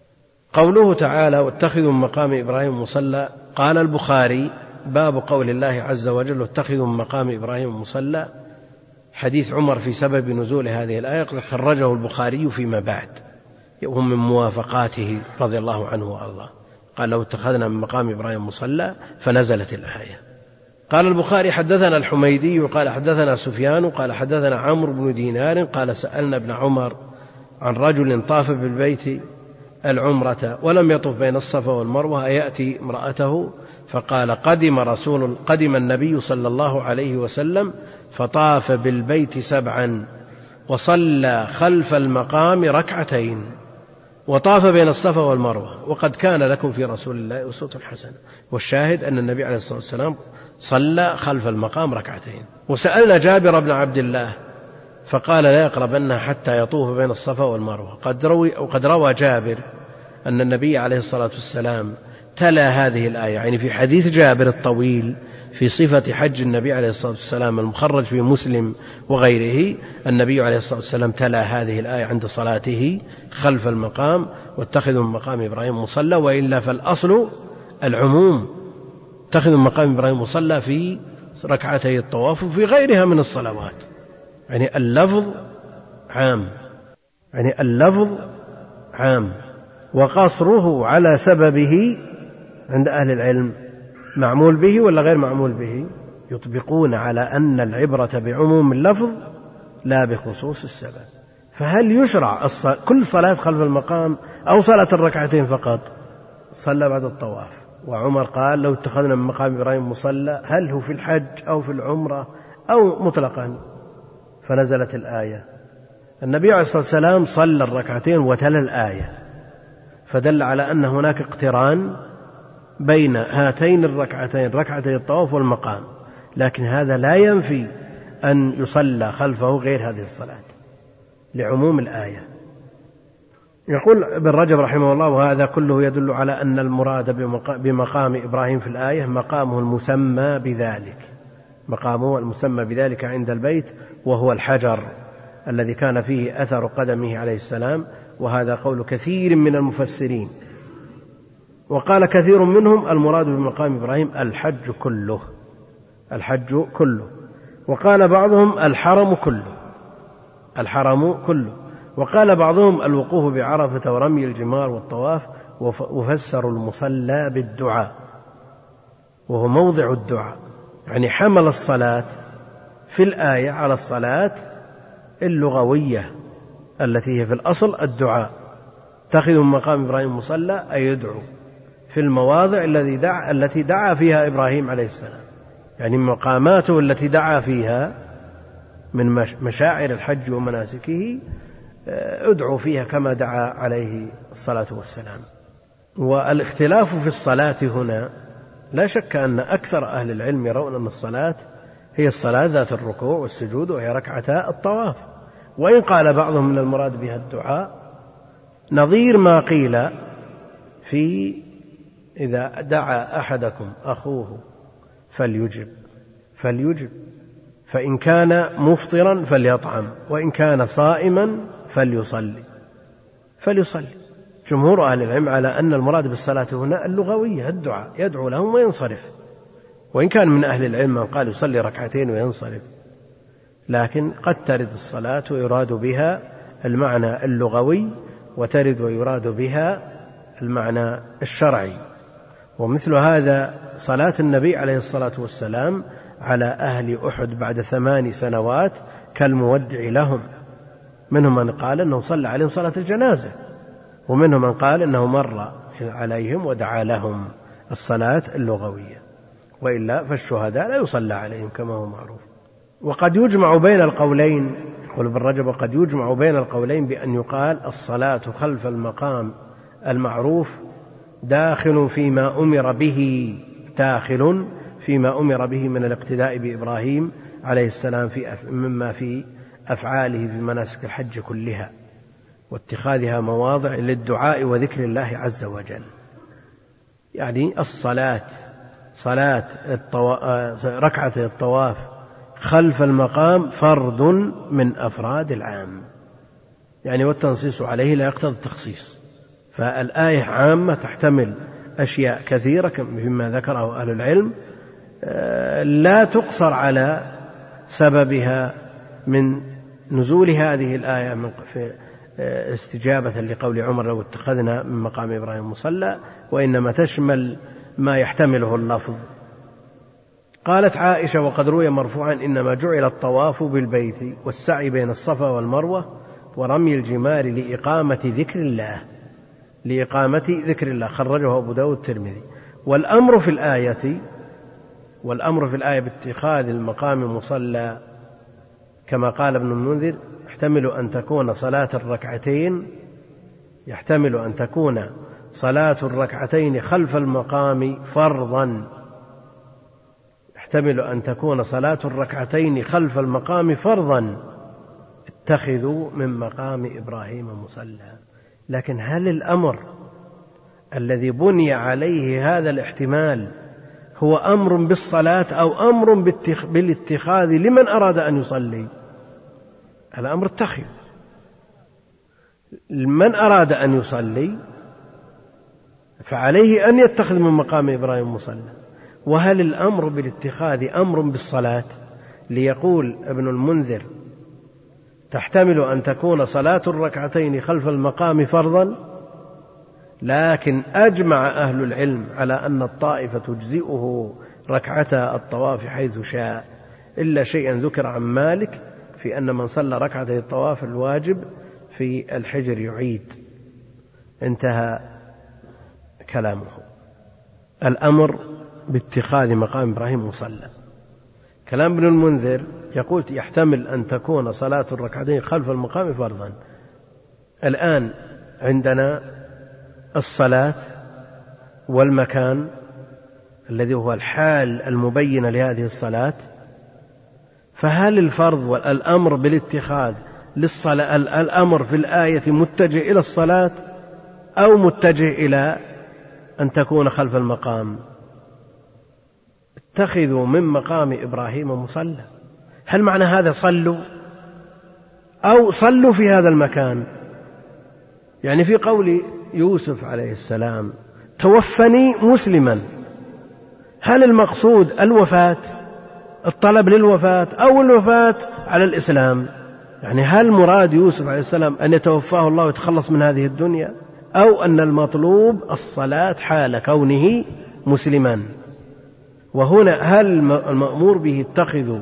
قوله تعالى واتخذوا من مقام إبراهيم مصلى، قال البخاري باب قول الله عز وجل واتخذوا من مقام إبراهيم مصلى، حديث عمر في سبب نزول هذه الآية خرجه البخاري فيما بعد، وهم من موافقاته رضي الله عنه وأرضاه، قال لو اتخذنا من مقام إبراهيم مصلى فنزلت الآية. قال البخاري حدثنا الحميدي قال حدثنا سفيان قال حدثنا عمرو بن دينار قال سألنا ابن عمر عن رجل طاف بالبيت العمرة ولم يطف بين الصفا والمروة أيأتي امرأته؟ فقال قدم رسول قدم النبي صلى الله عليه وسلم فطاف بالبيت سبعا وصلى خلف المقام ركعتين وطاف بين الصفا والمروة وقد كان لكم في رسول الله أسوة حسنة. والشاهد أن النبي عليه الصلاة والسلام صلى خلف المقام ركعتين. وسألنا جابر بن عبد الله فقال لا يقربن حتى يطوف بين الصفا والمروة. قد روي وقد روى جابر أن النبي عليه الصلاة والسلام تلا هذه الآية، يعني في حديث جابر الطويل في صفة حج النبي عليه الصلاة والسلام المخرج في مسلم وغيره، النبي عليه الصلاة والسلام تلا هذه الآية عند صلاته خلف المقام واتخذوا من مقام إبراهيم مصلى، وإلا فالأصل العموم، اتخذوا من مقام إبراهيم مصلى في ركعتي الطواف وفي غيرها من الصلوات، يعني اللفظ عام، يعني اللفظ عام. وقصره على سببه عند أهل العلم معمول به ولا غير معمول به؟ يطبقون على أن العبرة بعموم اللفظ لا بخصوص السبب. فهل يشرع كل صلاة خلف المقام أو صلاة الركعتين فقط؟ صلى بعد الطواف، وعمر قال لو اتخذنا من مقام إبراهيم مصلى، هل هو في الحج أو في العمرة أو مطلقا؟ فنزلت الآية. النبي عليه الصلاة والسلام صلى الركعتين وتلا الآية، فدل على أن هناك اقتران بين هاتين الركعتين، ركعتي الطواف والمقام، لكن هذا لا ينفي أن يصلى خلفه غير هذه الصلاة لعموم الآية. يقول ابن رجب رحمه الله وهذا كله يدل على أن المراد بمقام إبراهيم في الآية مقامه المسمى بذلك، مقامه المسمى بذلك عند البيت، وهو الحجر الذي كان فيه أثر قدمه عليه السلام، وهذا قول كثير من المفسرين. وقال كثير منهم المراد بمقام إبراهيم الحج كله، الحج كله. وقال بعضهم الحرم كله، الحرم كله. وقال بعضهم الوقوف بعرفة ورمي الجمار والطواف، وفسروا المصلى بالدعاء وهو موضع الدعاء، يعني حمل الصلاة في الآية على الصلاة اللغوية التي هي في الأصل الدعاء. اتخذوا من مقام إبراهيم مصلى أي يدعو في المواضع التي دعا التي دعا فيها إبراهيم عليه السلام، يعني مقاماته التي دعا فيها من مشاعر الحج ومناسكه ادعوا فيها كما دعا عليه الصلاة والسلام. والاختلاف في الصلاة هنا لا شك أن أكثر أهل العلم يرون أن الصلاة هي الصلاة ذات الركوع والسجود وهي ركعتا الطواف، وإن قال بعضهم من المراد بها الدعاء، نظير ما قيل في إذا دعا أحدكم أخوه فليجب فليجب فإن كان مفطرا فليطعم وإن كان صائما فليصلي فليصلي. جمهور أهل العلم على أن المراد بالصلاة هنا اللغوية الدعاء، يدعو لهم وينصرف، وإن كان من أهل العلم من قال يصلي ركعتين وينصرف، لكن قد ترد الصلاة ويراد بها المعنى اللغوي، وترد ويراد بها المعنى الشرعي. ومثل هذا صلاة النبي عليه الصلاة والسلام على أهل أحد بعد ثمان سنوات كالمودع لهم، منهم من قال أنه صلى عليهم صلاة الجنازة، ومنهم من قال أنه مر عليهم ودعا لهم الصلاة اللغوية، وإلا فالشهداء لا يصلى عليهم كما هو معروف. وقد يجمع بين القولين، يقول ابن رجب وقد يجمع بين القولين بأن يقال الصلاة خلف المقام المعروف داخل فيما أمر به، داخل فيما أمر به من الاقتداء بإبراهيم عليه السلام في مما في أفعاله في مناسك الحج كلها واتخاذها مواضع للدعاء وذكر الله عز وجل. يعني الصلاة صلاة الطو... ركعة الطواف خلف المقام فرض من أفراد العام، يعني والتنصيص عليه لا يقتضي التخصيص، فالآية عامة تحتمل أشياء كثيرة مما ذكره أهل العلم لا تقصر على سببها من نزول هذه الآية من استجابة لقول عمر لو اتخذنا من مقام إبراهيم مصلى، وإنما تشمل ما يحتمله اللفظ. قالت عائشة وقد روي مرفوعا إنما جعل الطواف بالبيت والسعي بين الصفا والمروة ورمي الجمار لإقامة ذكر الله لإقامة ذكر الله خرجه أبو داود الترمذي. والأمر في الآية والأمر في الآية باتخاذ المقام مصلى كما قال ابن المنذر يحتمل أن تكون صلاة الركعتين يحتمل أن تكون صلاة الركعتين خلف المقام فرضا يحتمل أن تكون صلاة الركعتين خلف المقام فرضا اتخذوا من مقام إبراهيم مصلى. لكن هل الأمر الذي بني عليه هذا الاحتمال هو أمر بالصلاة أو أمر بالاتخاذ لمن أراد أن يصلي؟ الأمر اتخذ من أراد أن يصلي فعليه أن يتخذ من مقام إبراهيم مصلى. وهل الأمر بالاتخاذ أمر بالصلاة؟ ليقول ابن المنذر تحتمل أن تكون صلاة الركعتين خلف المقام فرضا، لكن أجمع أهل العلم على أن الطائف تجزئه ركعتا الطواف حيث شاء، إلا شيئا ذكر عن مالك في أن من صلى ركعتي الطواف الواجب في الحجر يعيد. انتهى كلامه. الأمر باتخاذ مقام إبراهيم مصلى. كلام ابن المنذر يقول يحتمل أن تكون صلاة الركعتين خلف المقام فرضا. الآن عندنا الصلاة والمكان الذي هو الحال المبين لهذه الصلاة، فهل الفرض والأمر بالاتخاذ للصلاة الأمر في الآية متجه إلى الصلاة أو متجه إلى أن تكون خلف المقام؟ اتخذوا من مقام إبراهيم مصلى، هل معنى هذا صلوا أو صلوا في هذا المكان؟ يعني في قول يوسف عليه السلام توفني مسلما، هل المقصود الوفاة الطلب للوفاة أو الوفاة على الإسلام؟ يعني هل مراد يوسف عليه السلام أن يتوفاه الله ويتخلص من هذه الدنيا، أو أن المطلوب الصلاة حال كونه مسلما؟ وهنا هل المأمور به اتخذوا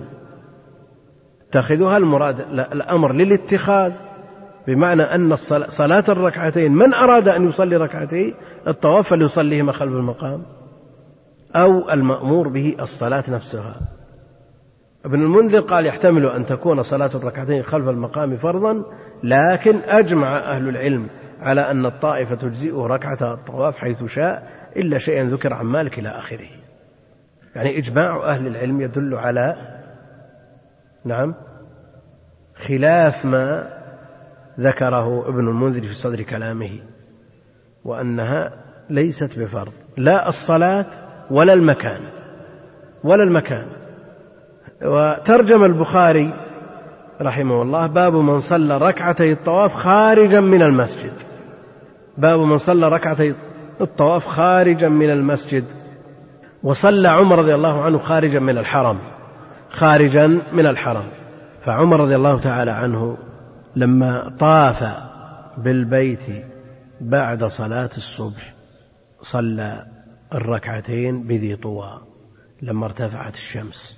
اتخذوا هل المراد الأمر للاتخاذ بمعنى أن صلاة الركعتين من أراد أن يصلي ركعتين الطواف فليصليهما خلف المقام، أو المأمور به الصلاة نفسها؟ ابن المنذر قال يحتمل أن تكون صلاة الركعتين خلف المقام فرضا، لكن أجمع أهل العلم على أن الطائفة تجزئه ركعة الطواف حيث شاء إلا شيئا ذكر عن مالك إلى آخره. يعني إجماع أهل العلم يدل على نعم خلاف ما ذكره ابن المنذر في صدر كلامه، وأنها ليست بفرض لا الصلاة ولا المكان ولا المكان. وترجم البخاري رحمه الله باب من صلى ركعتي الطواف خارجا من المسجد، باب من صلى ركعتي الطواف خارجا من المسجد. وصلى عمر رضي الله عنه خارجا من الحرم خارجا من الحرم فعمر رضي الله تعالى عنه لما طاف بالبيت بعد صلاة الصبح صلى الركعتين بذي طوى لما ارتفعت الشمس.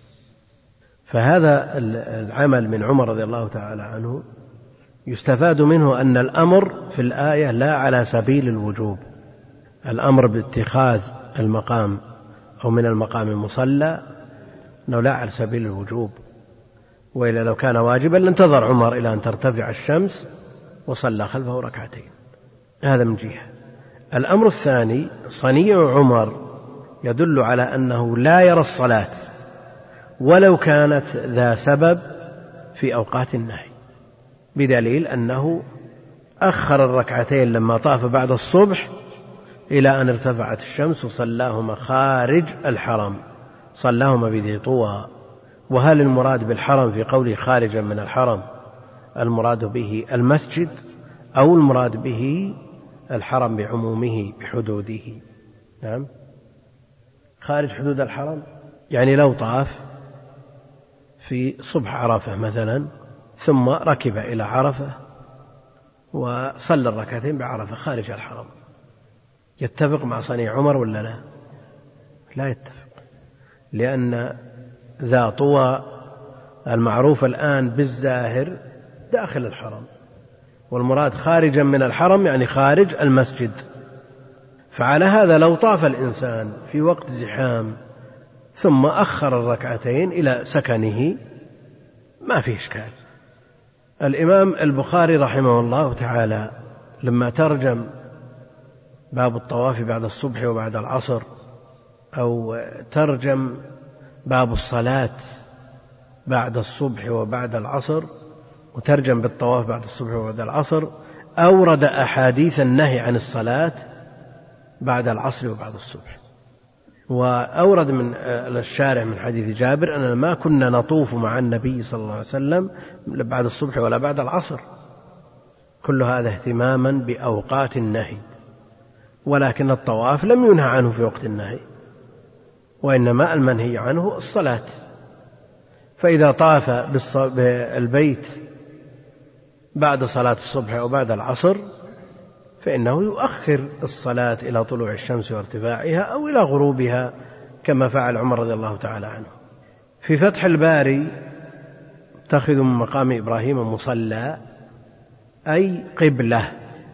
فهذا العمل من عمر رضي الله تعالى عنه يستفاد منه أن الأمر في الآية لا على سبيل الوجوب، الأمر باتخاذ المقام أو من المقام المصلى أنه لا على سبيل الوجوب، وإلا لو كان واجبا لانتظر عمر إلى أن ترتفع الشمس وصلى خلفه ركعتين. هذا من جهة. الأمر الثاني صنيع عمر يدل على أنه لا يرى الصلاة ولو كانت ذا سبب في أوقات النهي، بدليل أنه أخر الركعتين لما طاف بعد الصبح إلى أن ارتفعت الشمس وصلاهما خارج الحرم، صلاهما بذي طوى. وهل المراد بالحرم في قوله خارجا من الحرم المراد به المسجد أو المراد به الحرم بعمومه بحدوده؟ نعم، خارج حدود الحرم يعني لو طاف في صبح عرفة مثلا ثم ركب إلى عرفة وصلى الركعتين بعرفة خارج الحرم، يتفق مع صنيع عمر ولا لا؟ لا يتفق، لأن ذا طوى المعروف الآن بالزاهر داخل الحرم، والمراد خارجا من الحرم يعني خارج المسجد. فعلى هذا لو طاف الإنسان في وقت زحام ثم أخر الركعتين إلى سكنه ما فيه إشكال. الإمام البخاري رحمه الله تعالى لما ترجم باب الطواف بعد الصبح وبعد العصر، أو ترجم باب الصلاة بعد الصبح وبعد العصر، وترجم بالطواف بعد الصبح وبعد العصر، أورد أحاديث النهي عن الصلاة بعد العصر وبعد الصبح. وأورد من الشارع من حديث جابر أننا ما كنا نطوف مع النبي صلى الله عليه وسلم بعد الصبح ولا بعد العصر. كل هذا اهتماما بأوقات النهي، ولكن الطواف لم ينهى عنه في وقت النهي، وإنما المنهي عنه الصلاة. فإذا طاف بالبيت بعد صلاة الصبح أو بعد العصر فإنه يؤخر الصلاة إلى طلوع الشمس وارتفاعها أو إلى غروبها كما فعل عمر رضي الله تعالى عنه. في فتح الباري اتخذ من مقام إبراهيم مصلى أي قبلة.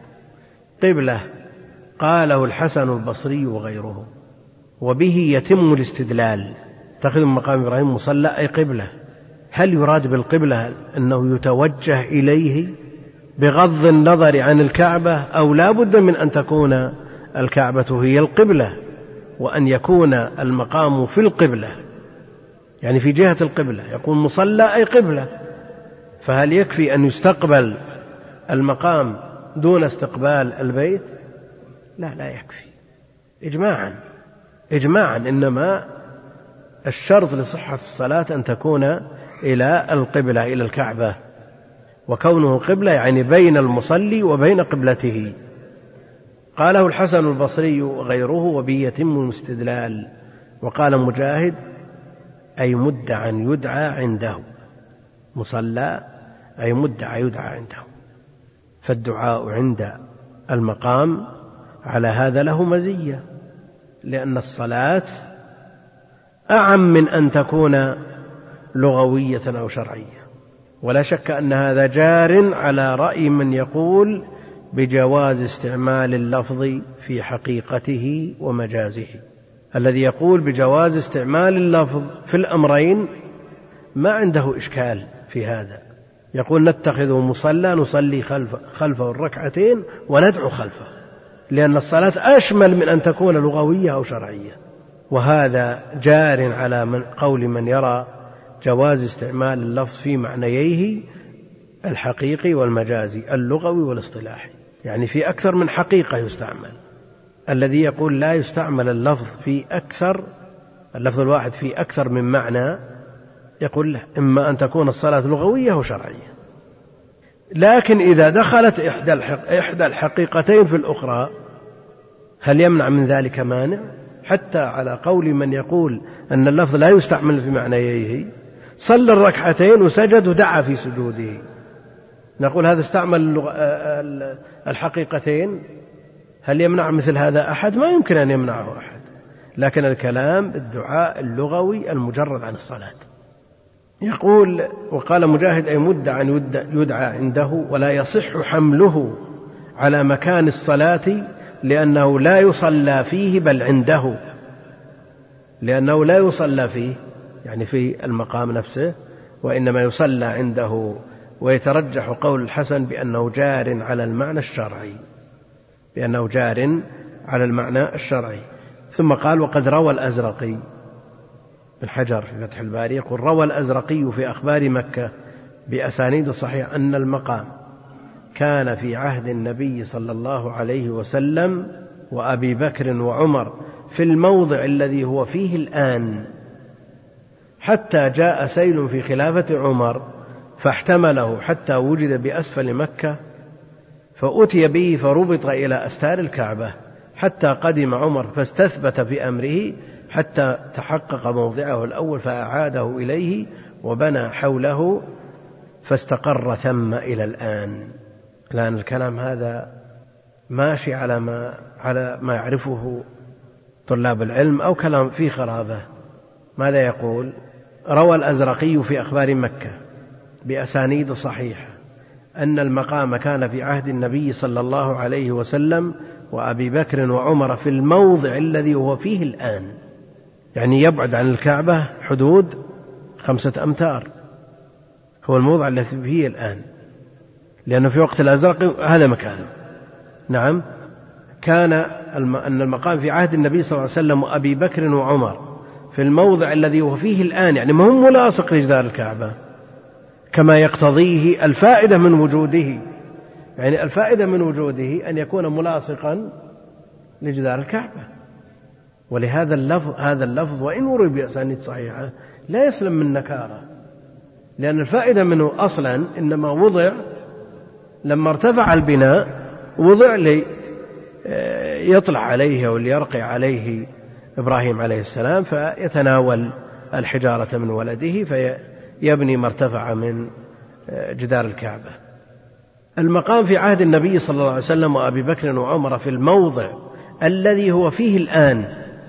قبلة قاله الحسن البصري وغيره، وبه يتم الاستدلال. اتخذ من مقام إبراهيم مصلى أي قبلة. هل يراد بالقبلة أنه يتوجه إليه بغض النظر عن الكعبة، أو لا بد من أن تكون الكعبة هي القبلة وأن يكون المقام في القبلة، يعني في جهة القبلة، يكون مصلى أي قبلة؟ فهل يكفي أن يستقبل المقام دون استقبال البيت؟ لا لا يكفي إجماعا إجماعا إنما الشرط لصحة الصلاة أن تكون إلى القبلة، إلى الكعبة، وكونه قبلة يعني بين المصلي وبين قبلته. قاله الحسن البصري وغيره وبه يتم الاستدلال. وقال مجاهد أي مدعى يدعى عنده، مصلى أي مدعى يدعى عنده. فالدعاء عند المقام على هذا له مزية، لأن الصلاة أعم من أن تكون لغوية أو شرعية. ولا شك أن هذا جار على رأي من يقول بجواز استعمال اللفظ في حقيقته ومجازه. الذي يقول بجواز استعمال اللفظ في الأمرين ما عنده إشكال في هذا، يقول نتخذه مصلى نصلي خلف خلفه الركعتين وندعو خلفه، لأن الصلاة أشمل من أن تكون لغوية أو شرعية. وهذا جار على من قول من يرى جواز استعمال اللفظ في معنييه الحقيقي والمجازي، اللغوي والاصطلاحي، يعني في أكثر من حقيقة يستعمل. الذي يقول لا يستعمل اللفظ في أكثر، اللفظ الواحد في أكثر من معنى، يقول له إما أن تكون الصلاة لغوية وشرعية. لكن إذا دخلت إحدى الحقيقتين في الأخرى هل يمنع من ذلك مانع؟ حتى على قول من يقول أن اللفظ لا يستعمل في معنييه، صلى الركعتين وسجد ودعا في سجوده، نقول هذا استعمل الحقيقتين. هل يمنع مثل هذا أحد؟ ما يمكن أن يمنعه أحد. لكن الكلام الدعاء اللغوي المجرد عن الصلاة. يقول وقال مجاهد أي مدعى يدعى عنده، ولا يصح حمله على مكان الصلاة لأنه لا يصلى فيه بل عنده، لأنه لا يصلى فيه يعني في المقام نفسه، وإنما يصلى عنده. ويترجح قول الحسن بأنه جار على المعنى الشرعي، بأنه جار على المعنى الشرعي. ثم قال: وقد روى الأزرقي، ابن حجر في فتح الباري يقول: روى الأزرقي في أخبار مكة بأسانيد صحيحة أن المقام كان في عهد النبي صلى الله عليه وسلم وأبي بكر وعمر في الموضع الذي هو فيه الآن، حتى جاء سيل في خلافة عمر فاحتمله حتى وجد بأسفل مكة، فأتي به فربط إلى أستار الكعبة، حتى قدم عمر فاستثبت في أمره حتى تحقق موضعه الأول فأعاده إليه وبنى حوله فاستقر ثم إلى الآن. الآن الكلام هذا ماشي على ما على ما يعرفه طلاب العلم أو كلام فيه خرابة. ماذا يقول؟ روى الأزرقي في أخبار مكة بأسانيد صحيحة أن المقام كان في عهد النبي صلى الله عليه وسلم وأبي بكر وعمر في الموضع الذي هو فيه الآن، يعني يبعد عن الكعبة حدود خمسة أمتار، هو الموضع الذي فيه الآن، لأنه في وقت الأزرق هذا مكانه. نعم، كان أن المقام في عهد النبي صلى الله عليه وسلم وأبي بكر وعمر في الموضع الذي هو فيه الآن، يعني ما هو ملاصق لجدار الكعبة كما يقتضيه الفائدة من وجوده، يعني الفائدة من وجوده أن يكون ملاصقا لجدار الكعبة. ولهذا اللفظ هذا اللفظ وإن ورد بأسانيد صحيحة لا يسلم من نكارة، لأن الفائدة منه أصلا إنما وضع لما ارتفع البناء، وضع لي يطلع عليه أو ليرقي عليه إبراهيم عليه السلام فيتناول الحجارة من ولده فيبني ما ارتفع من جدار الكعبة. المقام في عهد النبي صلى الله عليه وسلم وأبي بكر وعمر في الموضع الذي هو فيه الآن،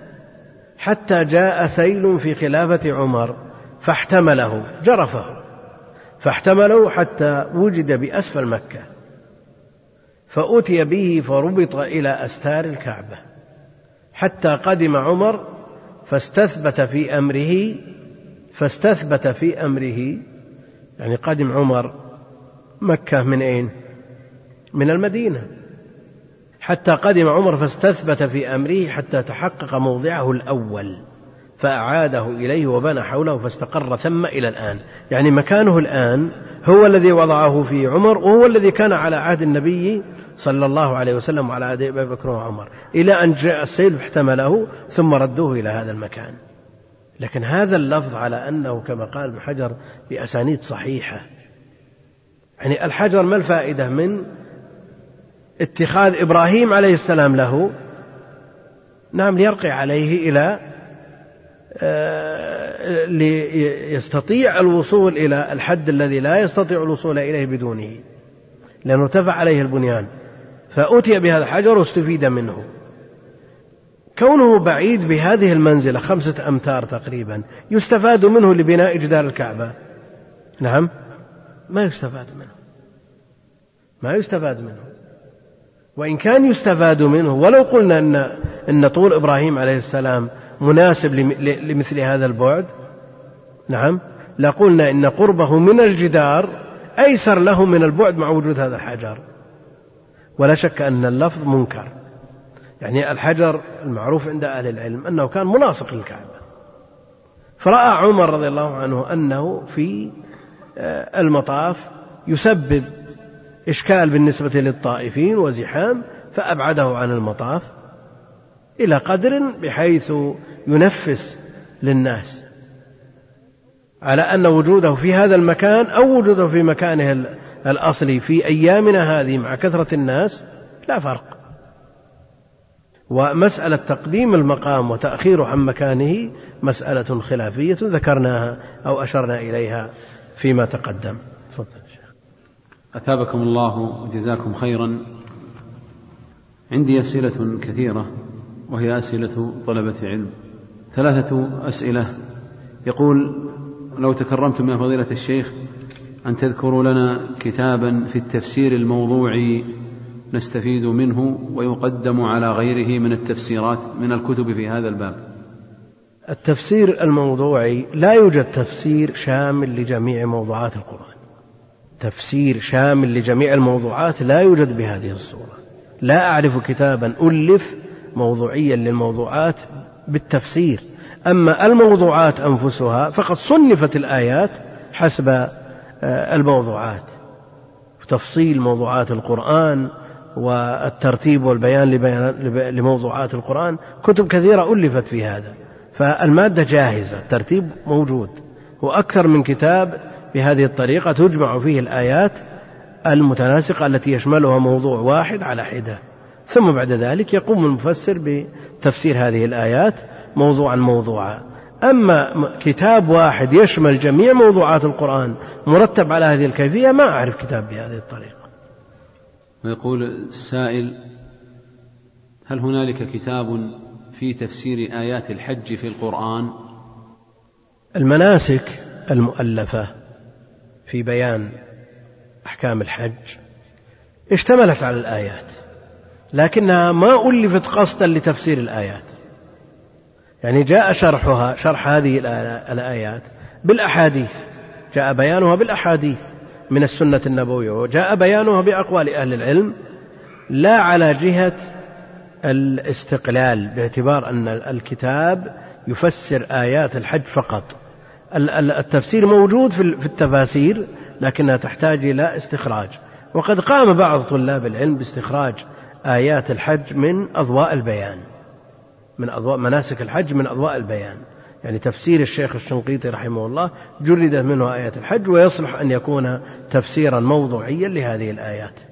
حتى جاء سيل في خلافة عمر فاحتمله، جرفه فاحتمله حتى وجد بأسفل مكة، فأتي به فربط إلى أستار الكعبة، حتى قدم عمر فاستثبت في أمره فاستثبت في أمره يعني قدم عمر مكة من أين؟ من المدينة، حتى قدم عمر فاستثبت في أمره حتى تحقق موضعه الأول فأعاده إليه وبنى حوله فاستقر ثم إلى الآن، يعني مكانه الآن هو الذي وضعه في عمر، وهو الذي كان على عهد النبي صلى الله عليه وسلم وعلى عهد أبي بكر وعمر، إلى أن جاء السيل فاحتمله ثم ردوه إلى هذا المكان. لكن هذا اللفظ على أنه كما قال ابن حجر بأسانيد صحيحة، يعني الحجر ما الفائدة من اتخاذ إبراهيم عليه السلام له؟ نعم، ليرقي عليه إلى آه ليستطيع الوصول إلى الحد الذي لا يستطيع الوصول إليه بدونه، لأنه ارتفع عليه البنيان، فأتي بهذا الحجر واستفيد منه. كونه بعيد بهذه المنزلة خمسة أمتار تقريبا يستفاد منه لبناء جدار الكعبة؟ نعم، ما يستفاد منه، ما يستفاد منه. وإن كان يستفاد منه، ولو قلنا أن, إن طول إبراهيم عليه السلام مناسب لمثل هذا البعد، نعم، لقلنا إن قربه من الجدار أيسر له من البعد مع وجود هذا الحجر. ولا شك أن اللفظ منكر، يعني الحجر المعروف عند أهل العلم أنه كان ملاصق للكعبة، فرأى عمر رضي الله عنه أنه في المطاف يسبب إشكال بالنسبة للطائفين وزحام، فأبعده عن المطاف إلى قدر بحيث ينفس للناس على أن وجوده في هذا المكان أو وجوده في مكانه الأصلي في أيامنا هذه مع كثرة الناس لا فرق. ومسألة تقديم المقام وتأخيره عن مكانه مسألة خلافية ذكرناها أو أشرنا إليها فيما تقدم. أثابكم الله وجزاكم خيرا. عندي أسئلة كثيرة وهي أسئلة طلبة علم. ثلاثة أسئلة. يقول: لو تكرمتم يا فضيلة الشيخ أن تذكروا لنا كتابا في التفسير الموضوعي نستفيد منه ويقدم على غيره من التفسيرات من الكتب في هذا الباب. التفسير الموضوعي لا يوجد تفسير شامل لجميع موضوعات القرآن، تفسير شامل لجميع الموضوعات لا يوجد بهذه الصورة. لا أعرف كتابا ألف موضوعيا للموضوعات بالتفسير. أما الموضوعات أنفسها فقد صنفت الآيات حسب الموضوعات، تفصيل موضوعات القرآن والترتيب والبيان لموضوعات القرآن، كتب كثيرة ألفت في هذا، فالمادة جاهزة، الترتيب موجود، وأكثر من كتاب بهذه الطريقة تجمع فيه الآيات المتناسقة التي يشملها موضوع واحد على حدة، ثم بعد ذلك يقوم المفسر بتفسير هذه الآيات موضوعا موضوعا. أما كتاب واحد يشمل جميع موضوعات القرآن مرتب على هذه الكيفية ما أعرف كتاب بهذه الطريقة. ويقول السائل: هل هنالك كتاب في تفسير آيات الحج في القرآن؟ المناسك المؤلفة في بيان أحكام الحج اشتملت على الآيات، لكنها ما ألفت قصدا لتفسير الآيات، يعني جاء شرحها شرح هذه الآيات بالأحاديث، جاء بيانها بالأحاديث من السنة النبوية، وجاء بيانها بأقوال أهل العلم، لا على جهة الاستقلال باعتبار أن الكتاب يفسر آيات الحج فقط. التفسير موجود في التفاسير لكنها تحتاج إلى استخراج، وقد قام بعض طلاب العلم باستخراج آيات الحج من أضواء البيان، من أضواء مناسك الحج من أضواء البيان، يعني تفسير الشيخ الشنقيطي رحمه الله جردت منه آيات الحج، ويصلح أن يكون تفسيرا موضوعيا لهذه الآيات.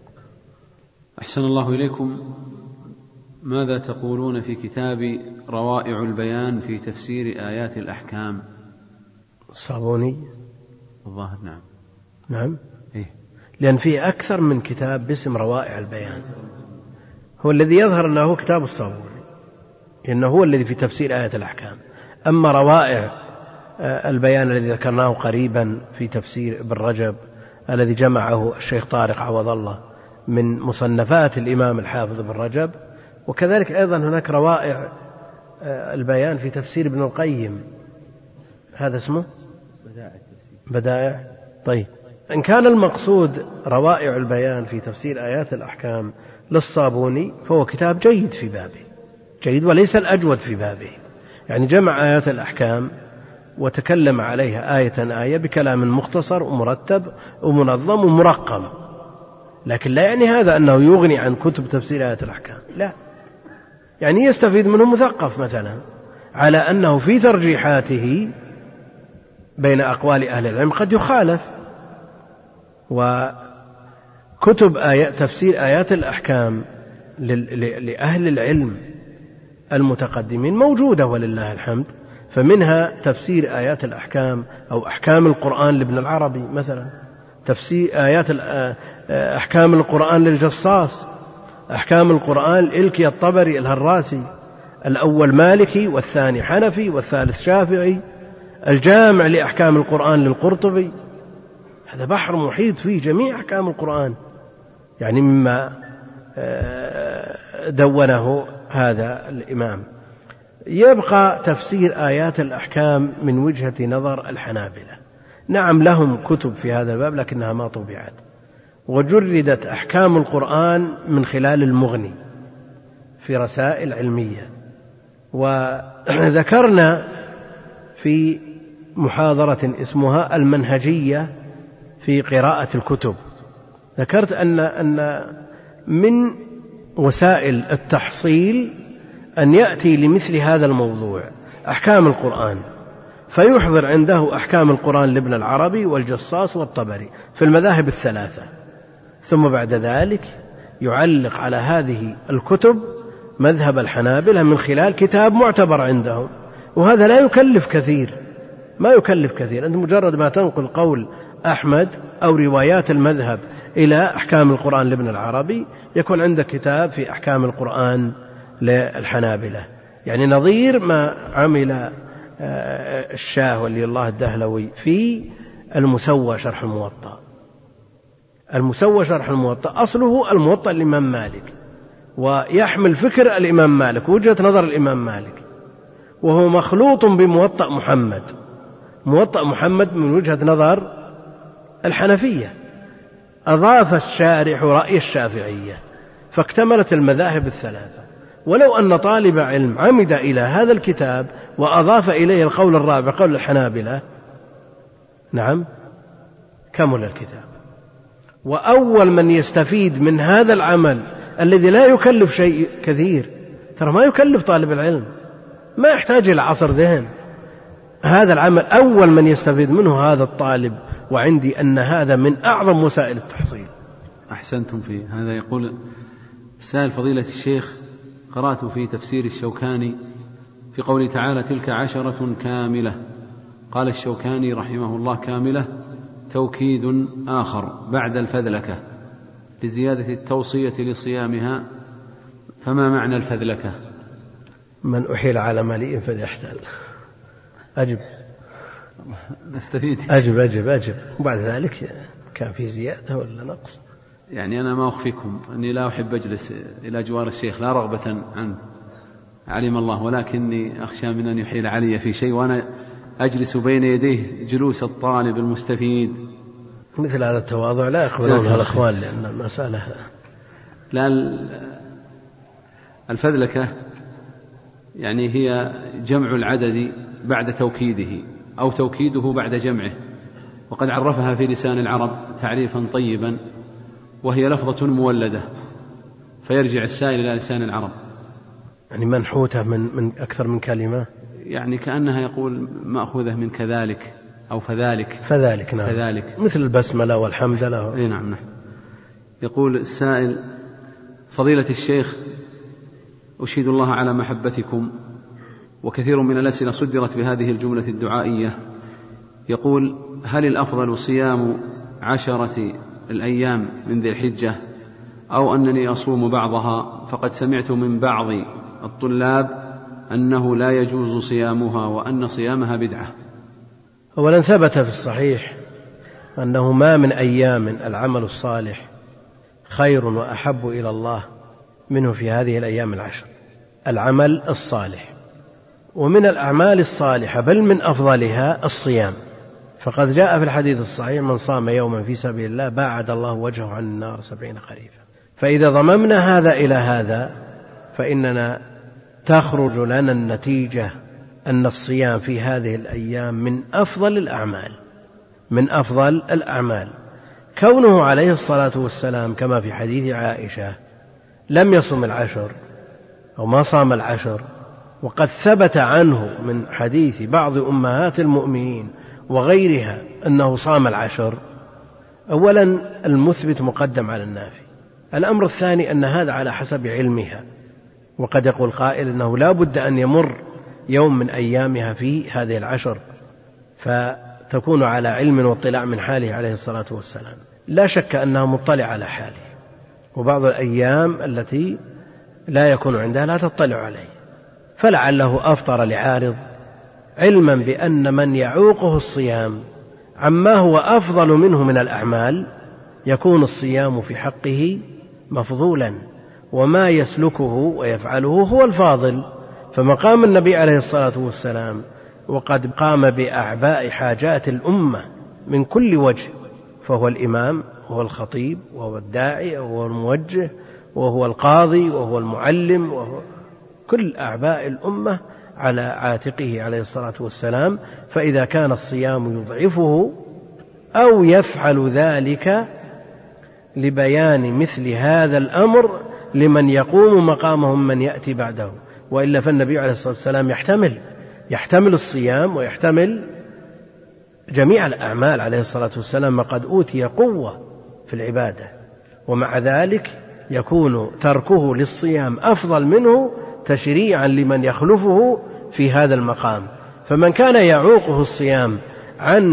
أحسن الله إليكم. ماذا تقولون في كتاب روائع البيان في تفسير آيات الأحكام؟ الصابوني الظاهر. نعم نعم إيه؟ لأن فيه أكثر من كتاب باسم روائع البيان، هو الذي يظهر أنه هو كتاب الصابوني، إنه هو الذي في تفسير آيات الأحكام. أما روائع البيان الذي ذكرناه قريبا في تفسير ابن رجب الذي جمعه الشيخ طارق عوض الله من مصنفات الإمام الحافظ ابن رجب، وكذلك أيضا هناك روائع البيان في تفسير ابن القيم، هذا اسمه بدائع. طيب، إن كان المقصود روائع البيان في تفسير آيات الأحكام للصابوني فهو كتاب جيد في بابه، جيد وليس الأجود في بابه، يعني جمع آيات الأحكام وتكلم عليها آية آية بكلام مختصر ومرتب ومنظم ومرقم، لكن لا يعني هذا أنه يغني عن كتب تفسير آيات الأحكام، لا، يعني يستفيد منه مثقف مثلا، على أنه في ترجيحاته بين أقوال أهل العلم قد يخالف. وكتب آيات تفسير آيات الأحكام لأهل العلم المتقدمين موجودة ولله الحمد، فمنها تفسير آيات الأحكام أو أحكام القرآن لابن العربي مثلا، تفسير آيات أحكام القرآن للجصاص، أحكام القرآن الإلكي الطبري الهراسي، الأول مالكي والثاني حنفي والثالث شافعي، الجامع لأحكام القرآن للقرطبي، هذا بحر محيط فيه جميع أحكام القرآن، يعني مما دونه هذا الإمام. يبقى تفسير آيات الأحكام من وجهة نظر الحنابلة، نعم لهم كتب في هذا الباب لكنها ما طبعت، وجردت أحكام القرآن من خلال المغني في رسائل علمية. وذكرنا في محاضرة اسمها المنهجية في قراءة الكتب، ذكرت أن أن من وسائل التحصيل أن يأتي لمثل هذا الموضوع أحكام القرآن، فيحضر عنده أحكام القرآن لابن العربي والجصاص والطبري في المذاهب الثلاثة، ثم بعد ذلك يعلق على هذه الكتب مذهب الحنابلة من خلال كتاب معتبر عندهم، وهذا لا يكلف كثير، ما يكلف كثير، أنت مجرد ما تنقل قول أحمد أو روايات المذهب إلى أحكام القرآن لابن العربي يكون عندك كتاب في أحكام القرآن للحنابلة، يعني نظير ما عمل الشاه ولي الله الدهلوي في المسوى شرح الموطأ. المسوى شرح الموطأ أصله الموطأ الإمام مالك، ويحمل فكر الإمام مالك وجهة نظر الإمام مالك، وهو مخلوط بموطأ محمد، موطأ محمد من وجهة نظر الحنفية، أضاف الشارح رأي الشافعية فاكتملت المذاهب الثلاثة، ولو أن طالب علم عمد إلى هذا الكتاب وأضاف إليه القول الرابع قول الحنابلة نعم كمل الكتاب. وأول من يستفيد من هذا العمل الذي لا يكلف شيء كثير، ترى ما يكلف طالب العلم، ما يحتاج إلى عصر ذهن، هذا العمل أول من يستفيد منه هذا الطالب، وعندي أن هذا من أعظم وسائل التحصيل. أحسنتم فيه. هذا يقول سائل فضيلة الشيخ: قرأت في تفسير الشوكاني في قوله تعالى تلك عشرة كاملة، قال الشوكاني رحمه الله كاملة توكيد آخر بعد الفذلكة لزيادة التوصية لصيامها، فما معنى الفذلكة؟ من أحيل على مليء فليحتل. أجب نستفيد. أجب أجب أجب وبعد ذلك كان في زيادة ولا نقص؟ يعني أنا ما أخفيكم أني لا أحب أجلس إلى جوار الشيخ لا رغبة عنه علم الله، ولكني أخشى من أن يحيل علي في شيء وأنا أجلس بين يديه جلوس الطالب المستفيد. مثل هذا التواضع لا يقبلونها الأخوان، لأن المسألة لا الفذلكة يعني هي جمع العدد بعد توكيده أو توكيده بعد جمعه، وقد عرفها في لسان العرب تعريفا طيبا، وهي لفظة مولدة فيرجع السائل إلى لسان العرب، يعني منحوتة من, من أكثر من كلمة، يعني كأنها يقول مأخوذة من كذلك أو فذلك فذلك نعم. فذلك مثل البسملة والحمدلة. إيه نعم نعم. يقول السائل: فضيلة الشيخ، أشهد الله على محبتكم، وكثير من الأسئلة صدرت بهذه الجملة الدعائية. يقول: هل الأفضل صيام عشرة الأيام من ذي الحجة أو أنني أصوم بعضها؟ فقد سمعت من بعض الطلاب أنه لا يجوز صيامها وأن صيامها بدعة. أولا ثبت في الصحيح أنه ما من أيام العمل الصالح خير وأحب إلى الله منه في هذه الأيام العشر، العمل الصالح. ومن الأعمال الصالحة بل من أفضلها الصيام، فقد جاء في الحديث الصحيح: من صام يوما في سبيل الله باعد الله وجهه عن النار سبعين خريفا. فإذا ضممنا هذا إلى هذا فإننا تخرج لنا النتيجة أن الصيام في هذه الأيام من أفضل الأعمال، من أفضل الأعمال. كونه عليه الصلاة والسلام كما في حديث عائشة لم يصم العشر أو ما صام العشر، وقد ثبت عنه من حديث بعض أمهات المؤمنين وغيرها أنه صام العشر، أولا المثبت مقدم على النافي. الأمر الثاني أن هذا على حسب علمها، وقد يقول قائل أنه لا بد أن يمر يوم من أيامها في هذه العشر فتكون على علم واطلاع من حاله عليه الصلاة والسلام. لا شك أنها مطلع على حاله، وبعض الأيام التي لا يكون عندها لا تطلع عليه، فلعله أفطر لعارض، علما بأن من يعوقه الصيام عما هو أفضل منه من الأعمال يكون الصيام في حقه مفضولا، وما يسلكه ويفعله هو الفاضل. فمقام النبي عليه الصلاة والسلام وقد قام بأعباء حاجات الأمة من كل وجه، فهو الإمام وهو الخطيب وهو الداعي وهو الموجه وهو القاضي وهو المعلم وهو كل أعباء الأمة على عاتقه عليه الصلاة والسلام. فإذا كان الصيام يضعفه أو يفعل ذلك لبيان مثل هذا الأمر لمن يقوم مقامهم من يأتي بعده، وإلا فالنبي عليه الصلاة والسلام يحتمل يحتمل الصيام ويحتمل جميع الأعمال عليه الصلاة والسلام، وقد أوتي قوة في العبادة، ومع ذلك يكون تركه للصيام أفضل منه تشريعا لمن يخلفه في هذا المقام. فمن كان يعوقه الصيام عن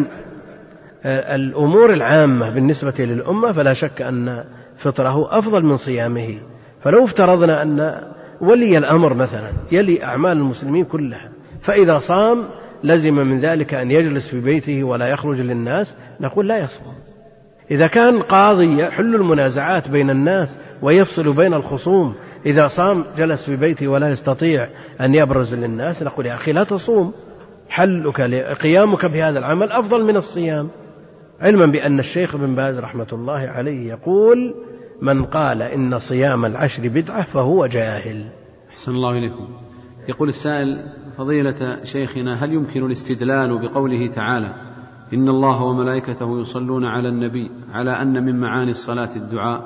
الأمور العامة بالنسبة للأمة فلا شك أن فطره أفضل من صيامه. فلو افترضنا أن ولي الأمر مثلا يلي أعمال المسلمين كلها، فإذا صام لزم من ذلك أن يجلس في بيته ولا يخرج للناس، نقول لا يصوم. إذا كان قاضي يحل المنازعات بين الناس ويفصل بين الخصوم، إذا صام جلس في بيته ولا يستطيع أن يبرز للناس، نقول يا أخي لا تصوم، حلك قيامك بهذا العمل أفضل من الصيام، علما بأن الشيخ بن باز رحمة الله عليه يقول: من قال إن صيام العشر بدعة فهو جاهل. أحسن الله إليكم. يقول السائل: فضيلة شيخنا، هل يمكن الاستدلال بقوله تعالى إن الله وملائكته يصلون على النبي على أن من معاني الصلاة الدعاء؟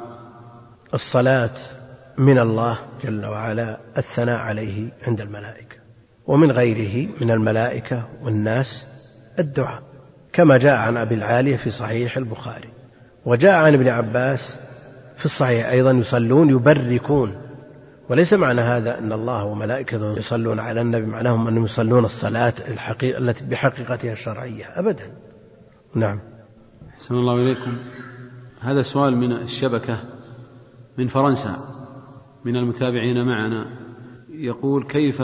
الصلاة من الله جل وعلا الثناء عليه عند الملائكة، ومن غيره من الملائكة والناس الدعاء، كما جاء عن أبي العالية في صحيح البخاري، وجاء عن ابن عباس في الصحيح أيضا يصلون يبركون. وليس معنى هذا أن الله وملائكته يصلون على النبي معناهم أنهم يصلون الصلاة الحقيقة التي بحقيقتها الشرعية أبدا. نعم. أحسن الله إليكم. هذا سؤال من الشبكة من فرنسا من المتابعين معنا، يقول: كيف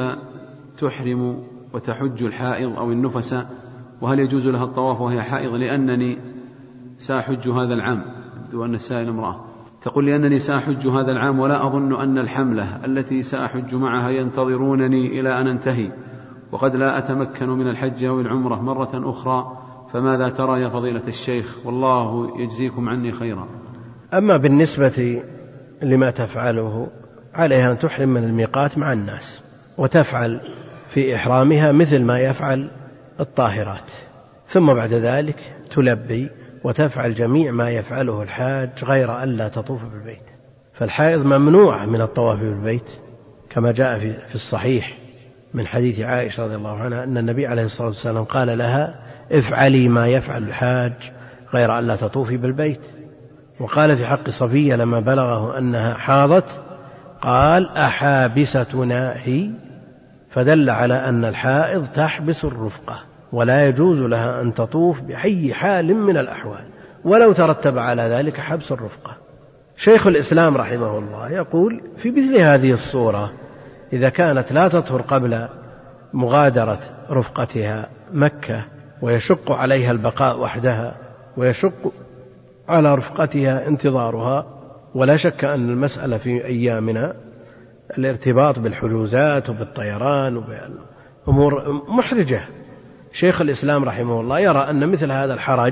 تحرم وتحج الحائض أو النفساء، وهل يجوز لها الطواف وهي حائض؟ لأنني سأحج هذا العام. يبدو أن السائل امرأة تقول: لأنني سأحج هذا العام ولا أظن أن الحملة التي سأحج معها ينتظرونني إلى أن أنتهي، وقد لا أتمكن من الحج أو العمرة مرة أخرى، فماذا ترى يا فضيلة الشيخ؟ والله يجزيكم عني خيرا. أما بالنسبة لما تفعله، عليها أن تحرم من الميقات مع الناس، وتفعل في إحرامها مثل ما يفعل الطاهرات، ثم بعد ذلك تلبي وتفعل جميع ما يفعله الحاج غير أن لا تطوف بالبيت. فالحائض ممنوع من الطواف بالبيت، كما جاء في الصحيح من حديث عائشة رضي الله عنها أن النبي عليه الصلاة والسلام قال لها: افعلي ما يفعل الحاج غير أن لا تطوفي بالبيت. وقال في حق صفية لما بلغه أنها حاضت قال: أحابستنا هي؟ فدل على أن الحائض تحبس الرفقة، ولا يجوز لها أن تطوف بأي حال من الأحوال ولو ترتب على ذلك حبس الرفقة. شيخ الإسلام رحمه الله يقول: في مثل هذه الصورة إذا كانت لا تطهر قبل مغادرة رفقتها مكة ويشق عليها البقاء وحدها ويشق على رفقتها انتظارها، ولا شك أن المسألة في أيامنا الارتباط بالحجوزات وبالطيران وبالأمور محرجة. شيخ الإسلام رحمه الله يرى أن مثل هذا الحرج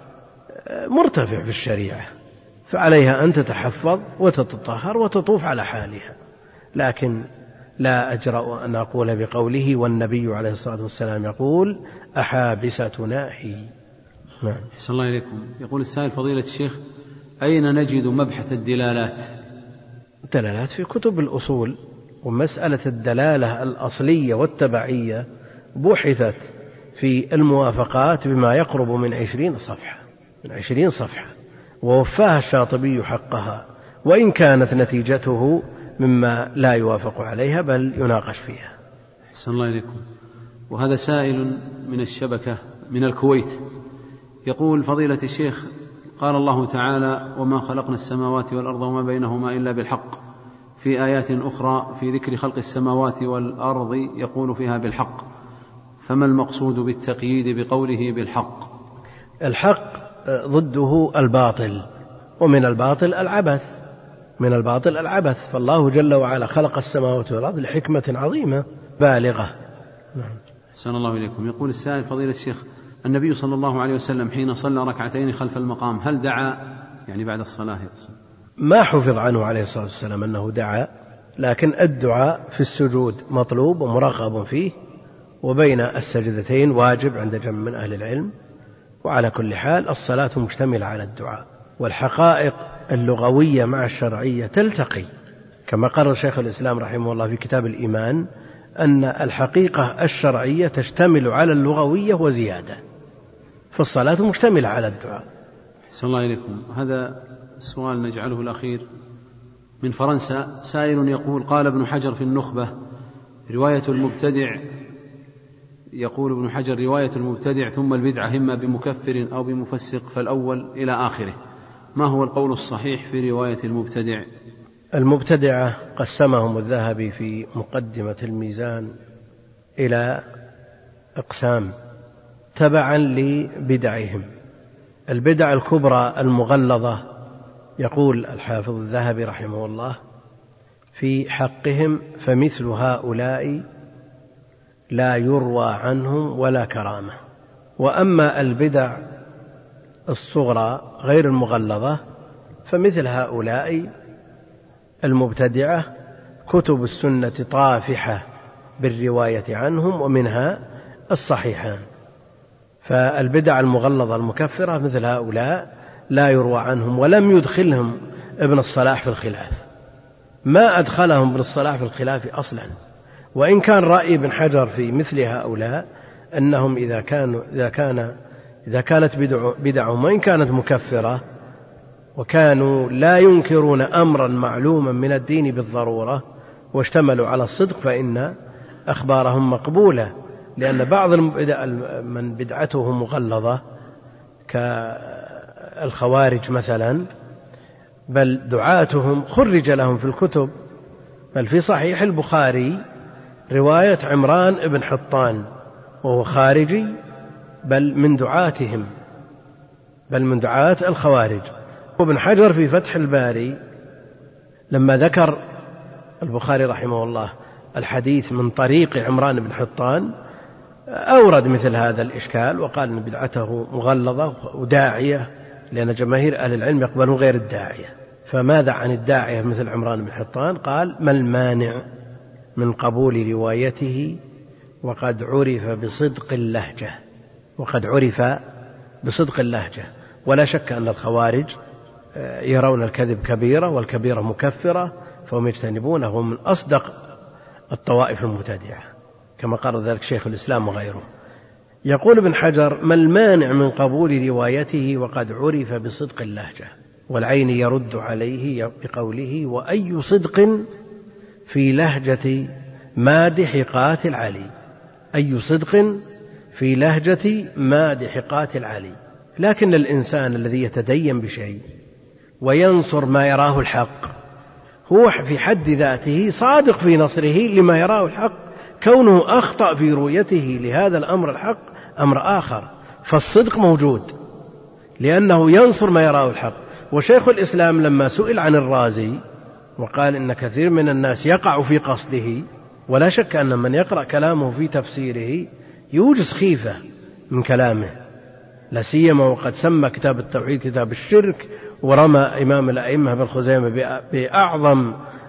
مرتفع في الشريعة، فعليها أن تتحفظ وتتطهر وتطوف على حالها، لكن لا أجرأ أن أقول بقوله والنبي عليه الصلاة والسلام يقول: أحابستنا هي. نعم. أحسن الله إليكم. يقول السائل: فضيلة الشيخ، أين نجد مبحث الدلالات؟ الدلالات في كتب الأصول، ومسألة الدلالة الأصلية والتبعية بحثت في الموافقات بما يقرب من عشرين صفحة من عشرين صفحة ووفاها الشاطبي حقها، وإن كانت نتيجته مما لا يوافق عليها بل يناقش فيها. أحسن الله إليكم. وهذا سائل من الشبكة من الكويت يقول: فضيلة الشيخ، قال الله تعالى: وما خلقنا السماوات والأرض وما بينهما إلا بالحق، في آيات أخرى في ذكر خلق السماوات والأرض يقول فيها بالحق، فما المقصود بالتقييد بقوله بالحق؟ الحق ضده الباطل، ومن الباطل العبث من الباطل العبث فالله جل وعلا خلق السماوات والأرض لحكمة عظيمة بالغة. نعم. أحسن الله إليكم. يقول السائل: فضيلة الشيخ، النبي صلى الله عليه وسلم حين صلى ركعتين خلف المقام هل دعا يعني بعد الصلاة؟ ما حفظ عنه عليه الصلاة والسلام أنه دعا، لكن الدعاء في السجود مطلوب ومرغب فيه، وبين السجدتين واجب عند جمع من أهل العلم. وعلى كل حال الصلاة مشتملة على الدعاء، والحقائق اللغوية مع الشرعية تلتقي، كما قرر شيخ الإسلام رحمه الله في كتاب الإيمان أن الحقيقة الشرعية تشتمل على اللغوية وزيادة، فالصلاة مشتملة على الدعاء. أحسن الله إليكم. هذا السؤال نجعله الأخير من فرنسا، سائل يقول: قال ابن حجر في النخبة: رواية المبتدع يقول ابن حجر: رواية المبتدع ثم البدعة إما بمكفر أو بمفسق، فالأول إلى آخره، ما هو القول الصحيح في رواية المبتدع؟ المبتدعة قسمهم الذهبي في مقدمة الميزان إلى أقسام تبعا لبدعهم. البدع الكبرى المغلظة يقول الحافظ الذهبي رحمه الله في حقهم: فمثل هؤلاء لا يروى عنهم ولا كرامة. وأما البدع الصغرى غير المغلظة فمثل هؤلاء المبتدعة كتب السنة طافحة بالرواية عنهم، ومنها الصحيحان. فالبدع المغلظة المكفرة مثل هؤلاء لا يروى عنهم، ولم يدخلهم ابن الصلاح في الخلاف، ما أدخلهم ابن الصلاح في الخلاف أصلا. وإن كان رأي ابن حجر في مثل هؤلاء أنهم إذا كانوا إذا كان إذا كانت بدعهم وإن كانت مكفرة وكانوا لا ينكرون أمرا معلوما من الدين بالضرورة واشتملوا على الصدق فإن أخبارهم مقبولة، لأن بعض من بدعته مغلظة كالخوارج مثلا، بل دعاتهم خرج لهم في الكتب، بل في صحيح البخاري رواية عمران بن حطان وهو خارجي، بل من دعاتهم، بل من دعاة الخوارج. وابن حجر في فتح الباري لما ذكر البخاري رحمه الله الحديث من طريق عمران بن حطان أورد مثل هذا الإشكال، وقال أن بدعته مغلظة وداعية، لأن جماهير أهل العلم يقبلون غير الداعية. فماذا عن الداعية مثل عمران بن حطان؟ قال: ما المانع من قبول روايته وقد عرف بصدق اللهجة، وقد عرف بصدق اللهجة. ولا شك أن الخوارج يرون الكذب كبيرة والكبيرة مكفرة، فهم يجتنبونه من أصدق الطوائف المبتدعة، كما قال ذلك شيخ الإسلام وغيره. يقول ابن حجر: ما المانع من قبول روايته وقد عرف بصدق اللهجة؟ والعين يرد عليه بقوله: وأي صدق في لهجة مادح قاتل علي. أي صدق في لهجة مادح قاتل علي. لكن الإنسان الذي يتدين بشيء وينصر ما يراه الحق هو في حد ذاته صادق في نصره لما يراه الحق، كونه أخطأ في رؤيته لهذا الأمر الحق أمر آخر، فالصدق موجود لأنه ينصر ما يراه الحق. وشيخ الإسلام لما سئل عن الرازي وقال إن كثير من الناس يقع في قصده، ولا شك أن من يقرأ كلامه في تفسيره يوجس خيفة من كلامه، لا سيما وقد سمى كتاب التوحيد كتاب الشرك، ورمى إمام الأئمة ابن خزيمة بأعظم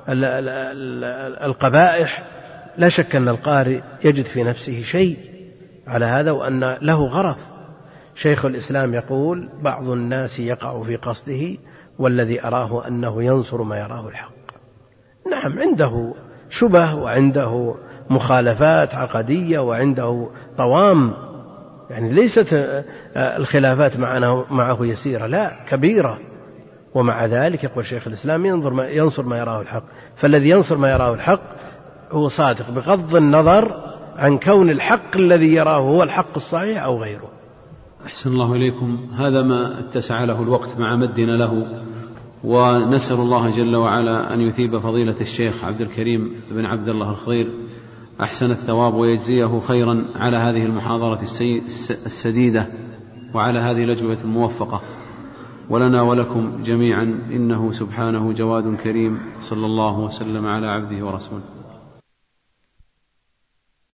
القبائح. لا شك أن القارئ يجد في نفسه شيء على هذا، وأن له غرض. شيخ الإسلام يقول: بعض الناس يقع في قصده والذي أراه أنه ينصر ما يراه الحق. نعم، عنده شبه وعنده مخالفات عقدية وعنده طوام، يعني ليست الخلافات معه يسيرة، لا كبيرة، ومع ذلك يقول شيخ الإسلام ينظر ما ينصر ما يراه الحق. فالذي ينصر ما يراه الحق هو صادق بغض النظر عن كون الحق الذي يراه هو الحق الصحيح أو غيره. أحسن الله إليكم. هذا ما اتسع له الوقت مع مدنا له، ونسأل الله جل وعلا أن يثيب فضيلة الشيخ عبد الكريم بن عبد الله الخضير أحسن الثواب ويجزيه خيرا على هذه المحاضرة السديدة وعلى هذه الأجوبة الموفقة، ولنا ولكم جميعا، إنه سبحانه جواد كريم. صلى الله وسلم على عبده ورسوله.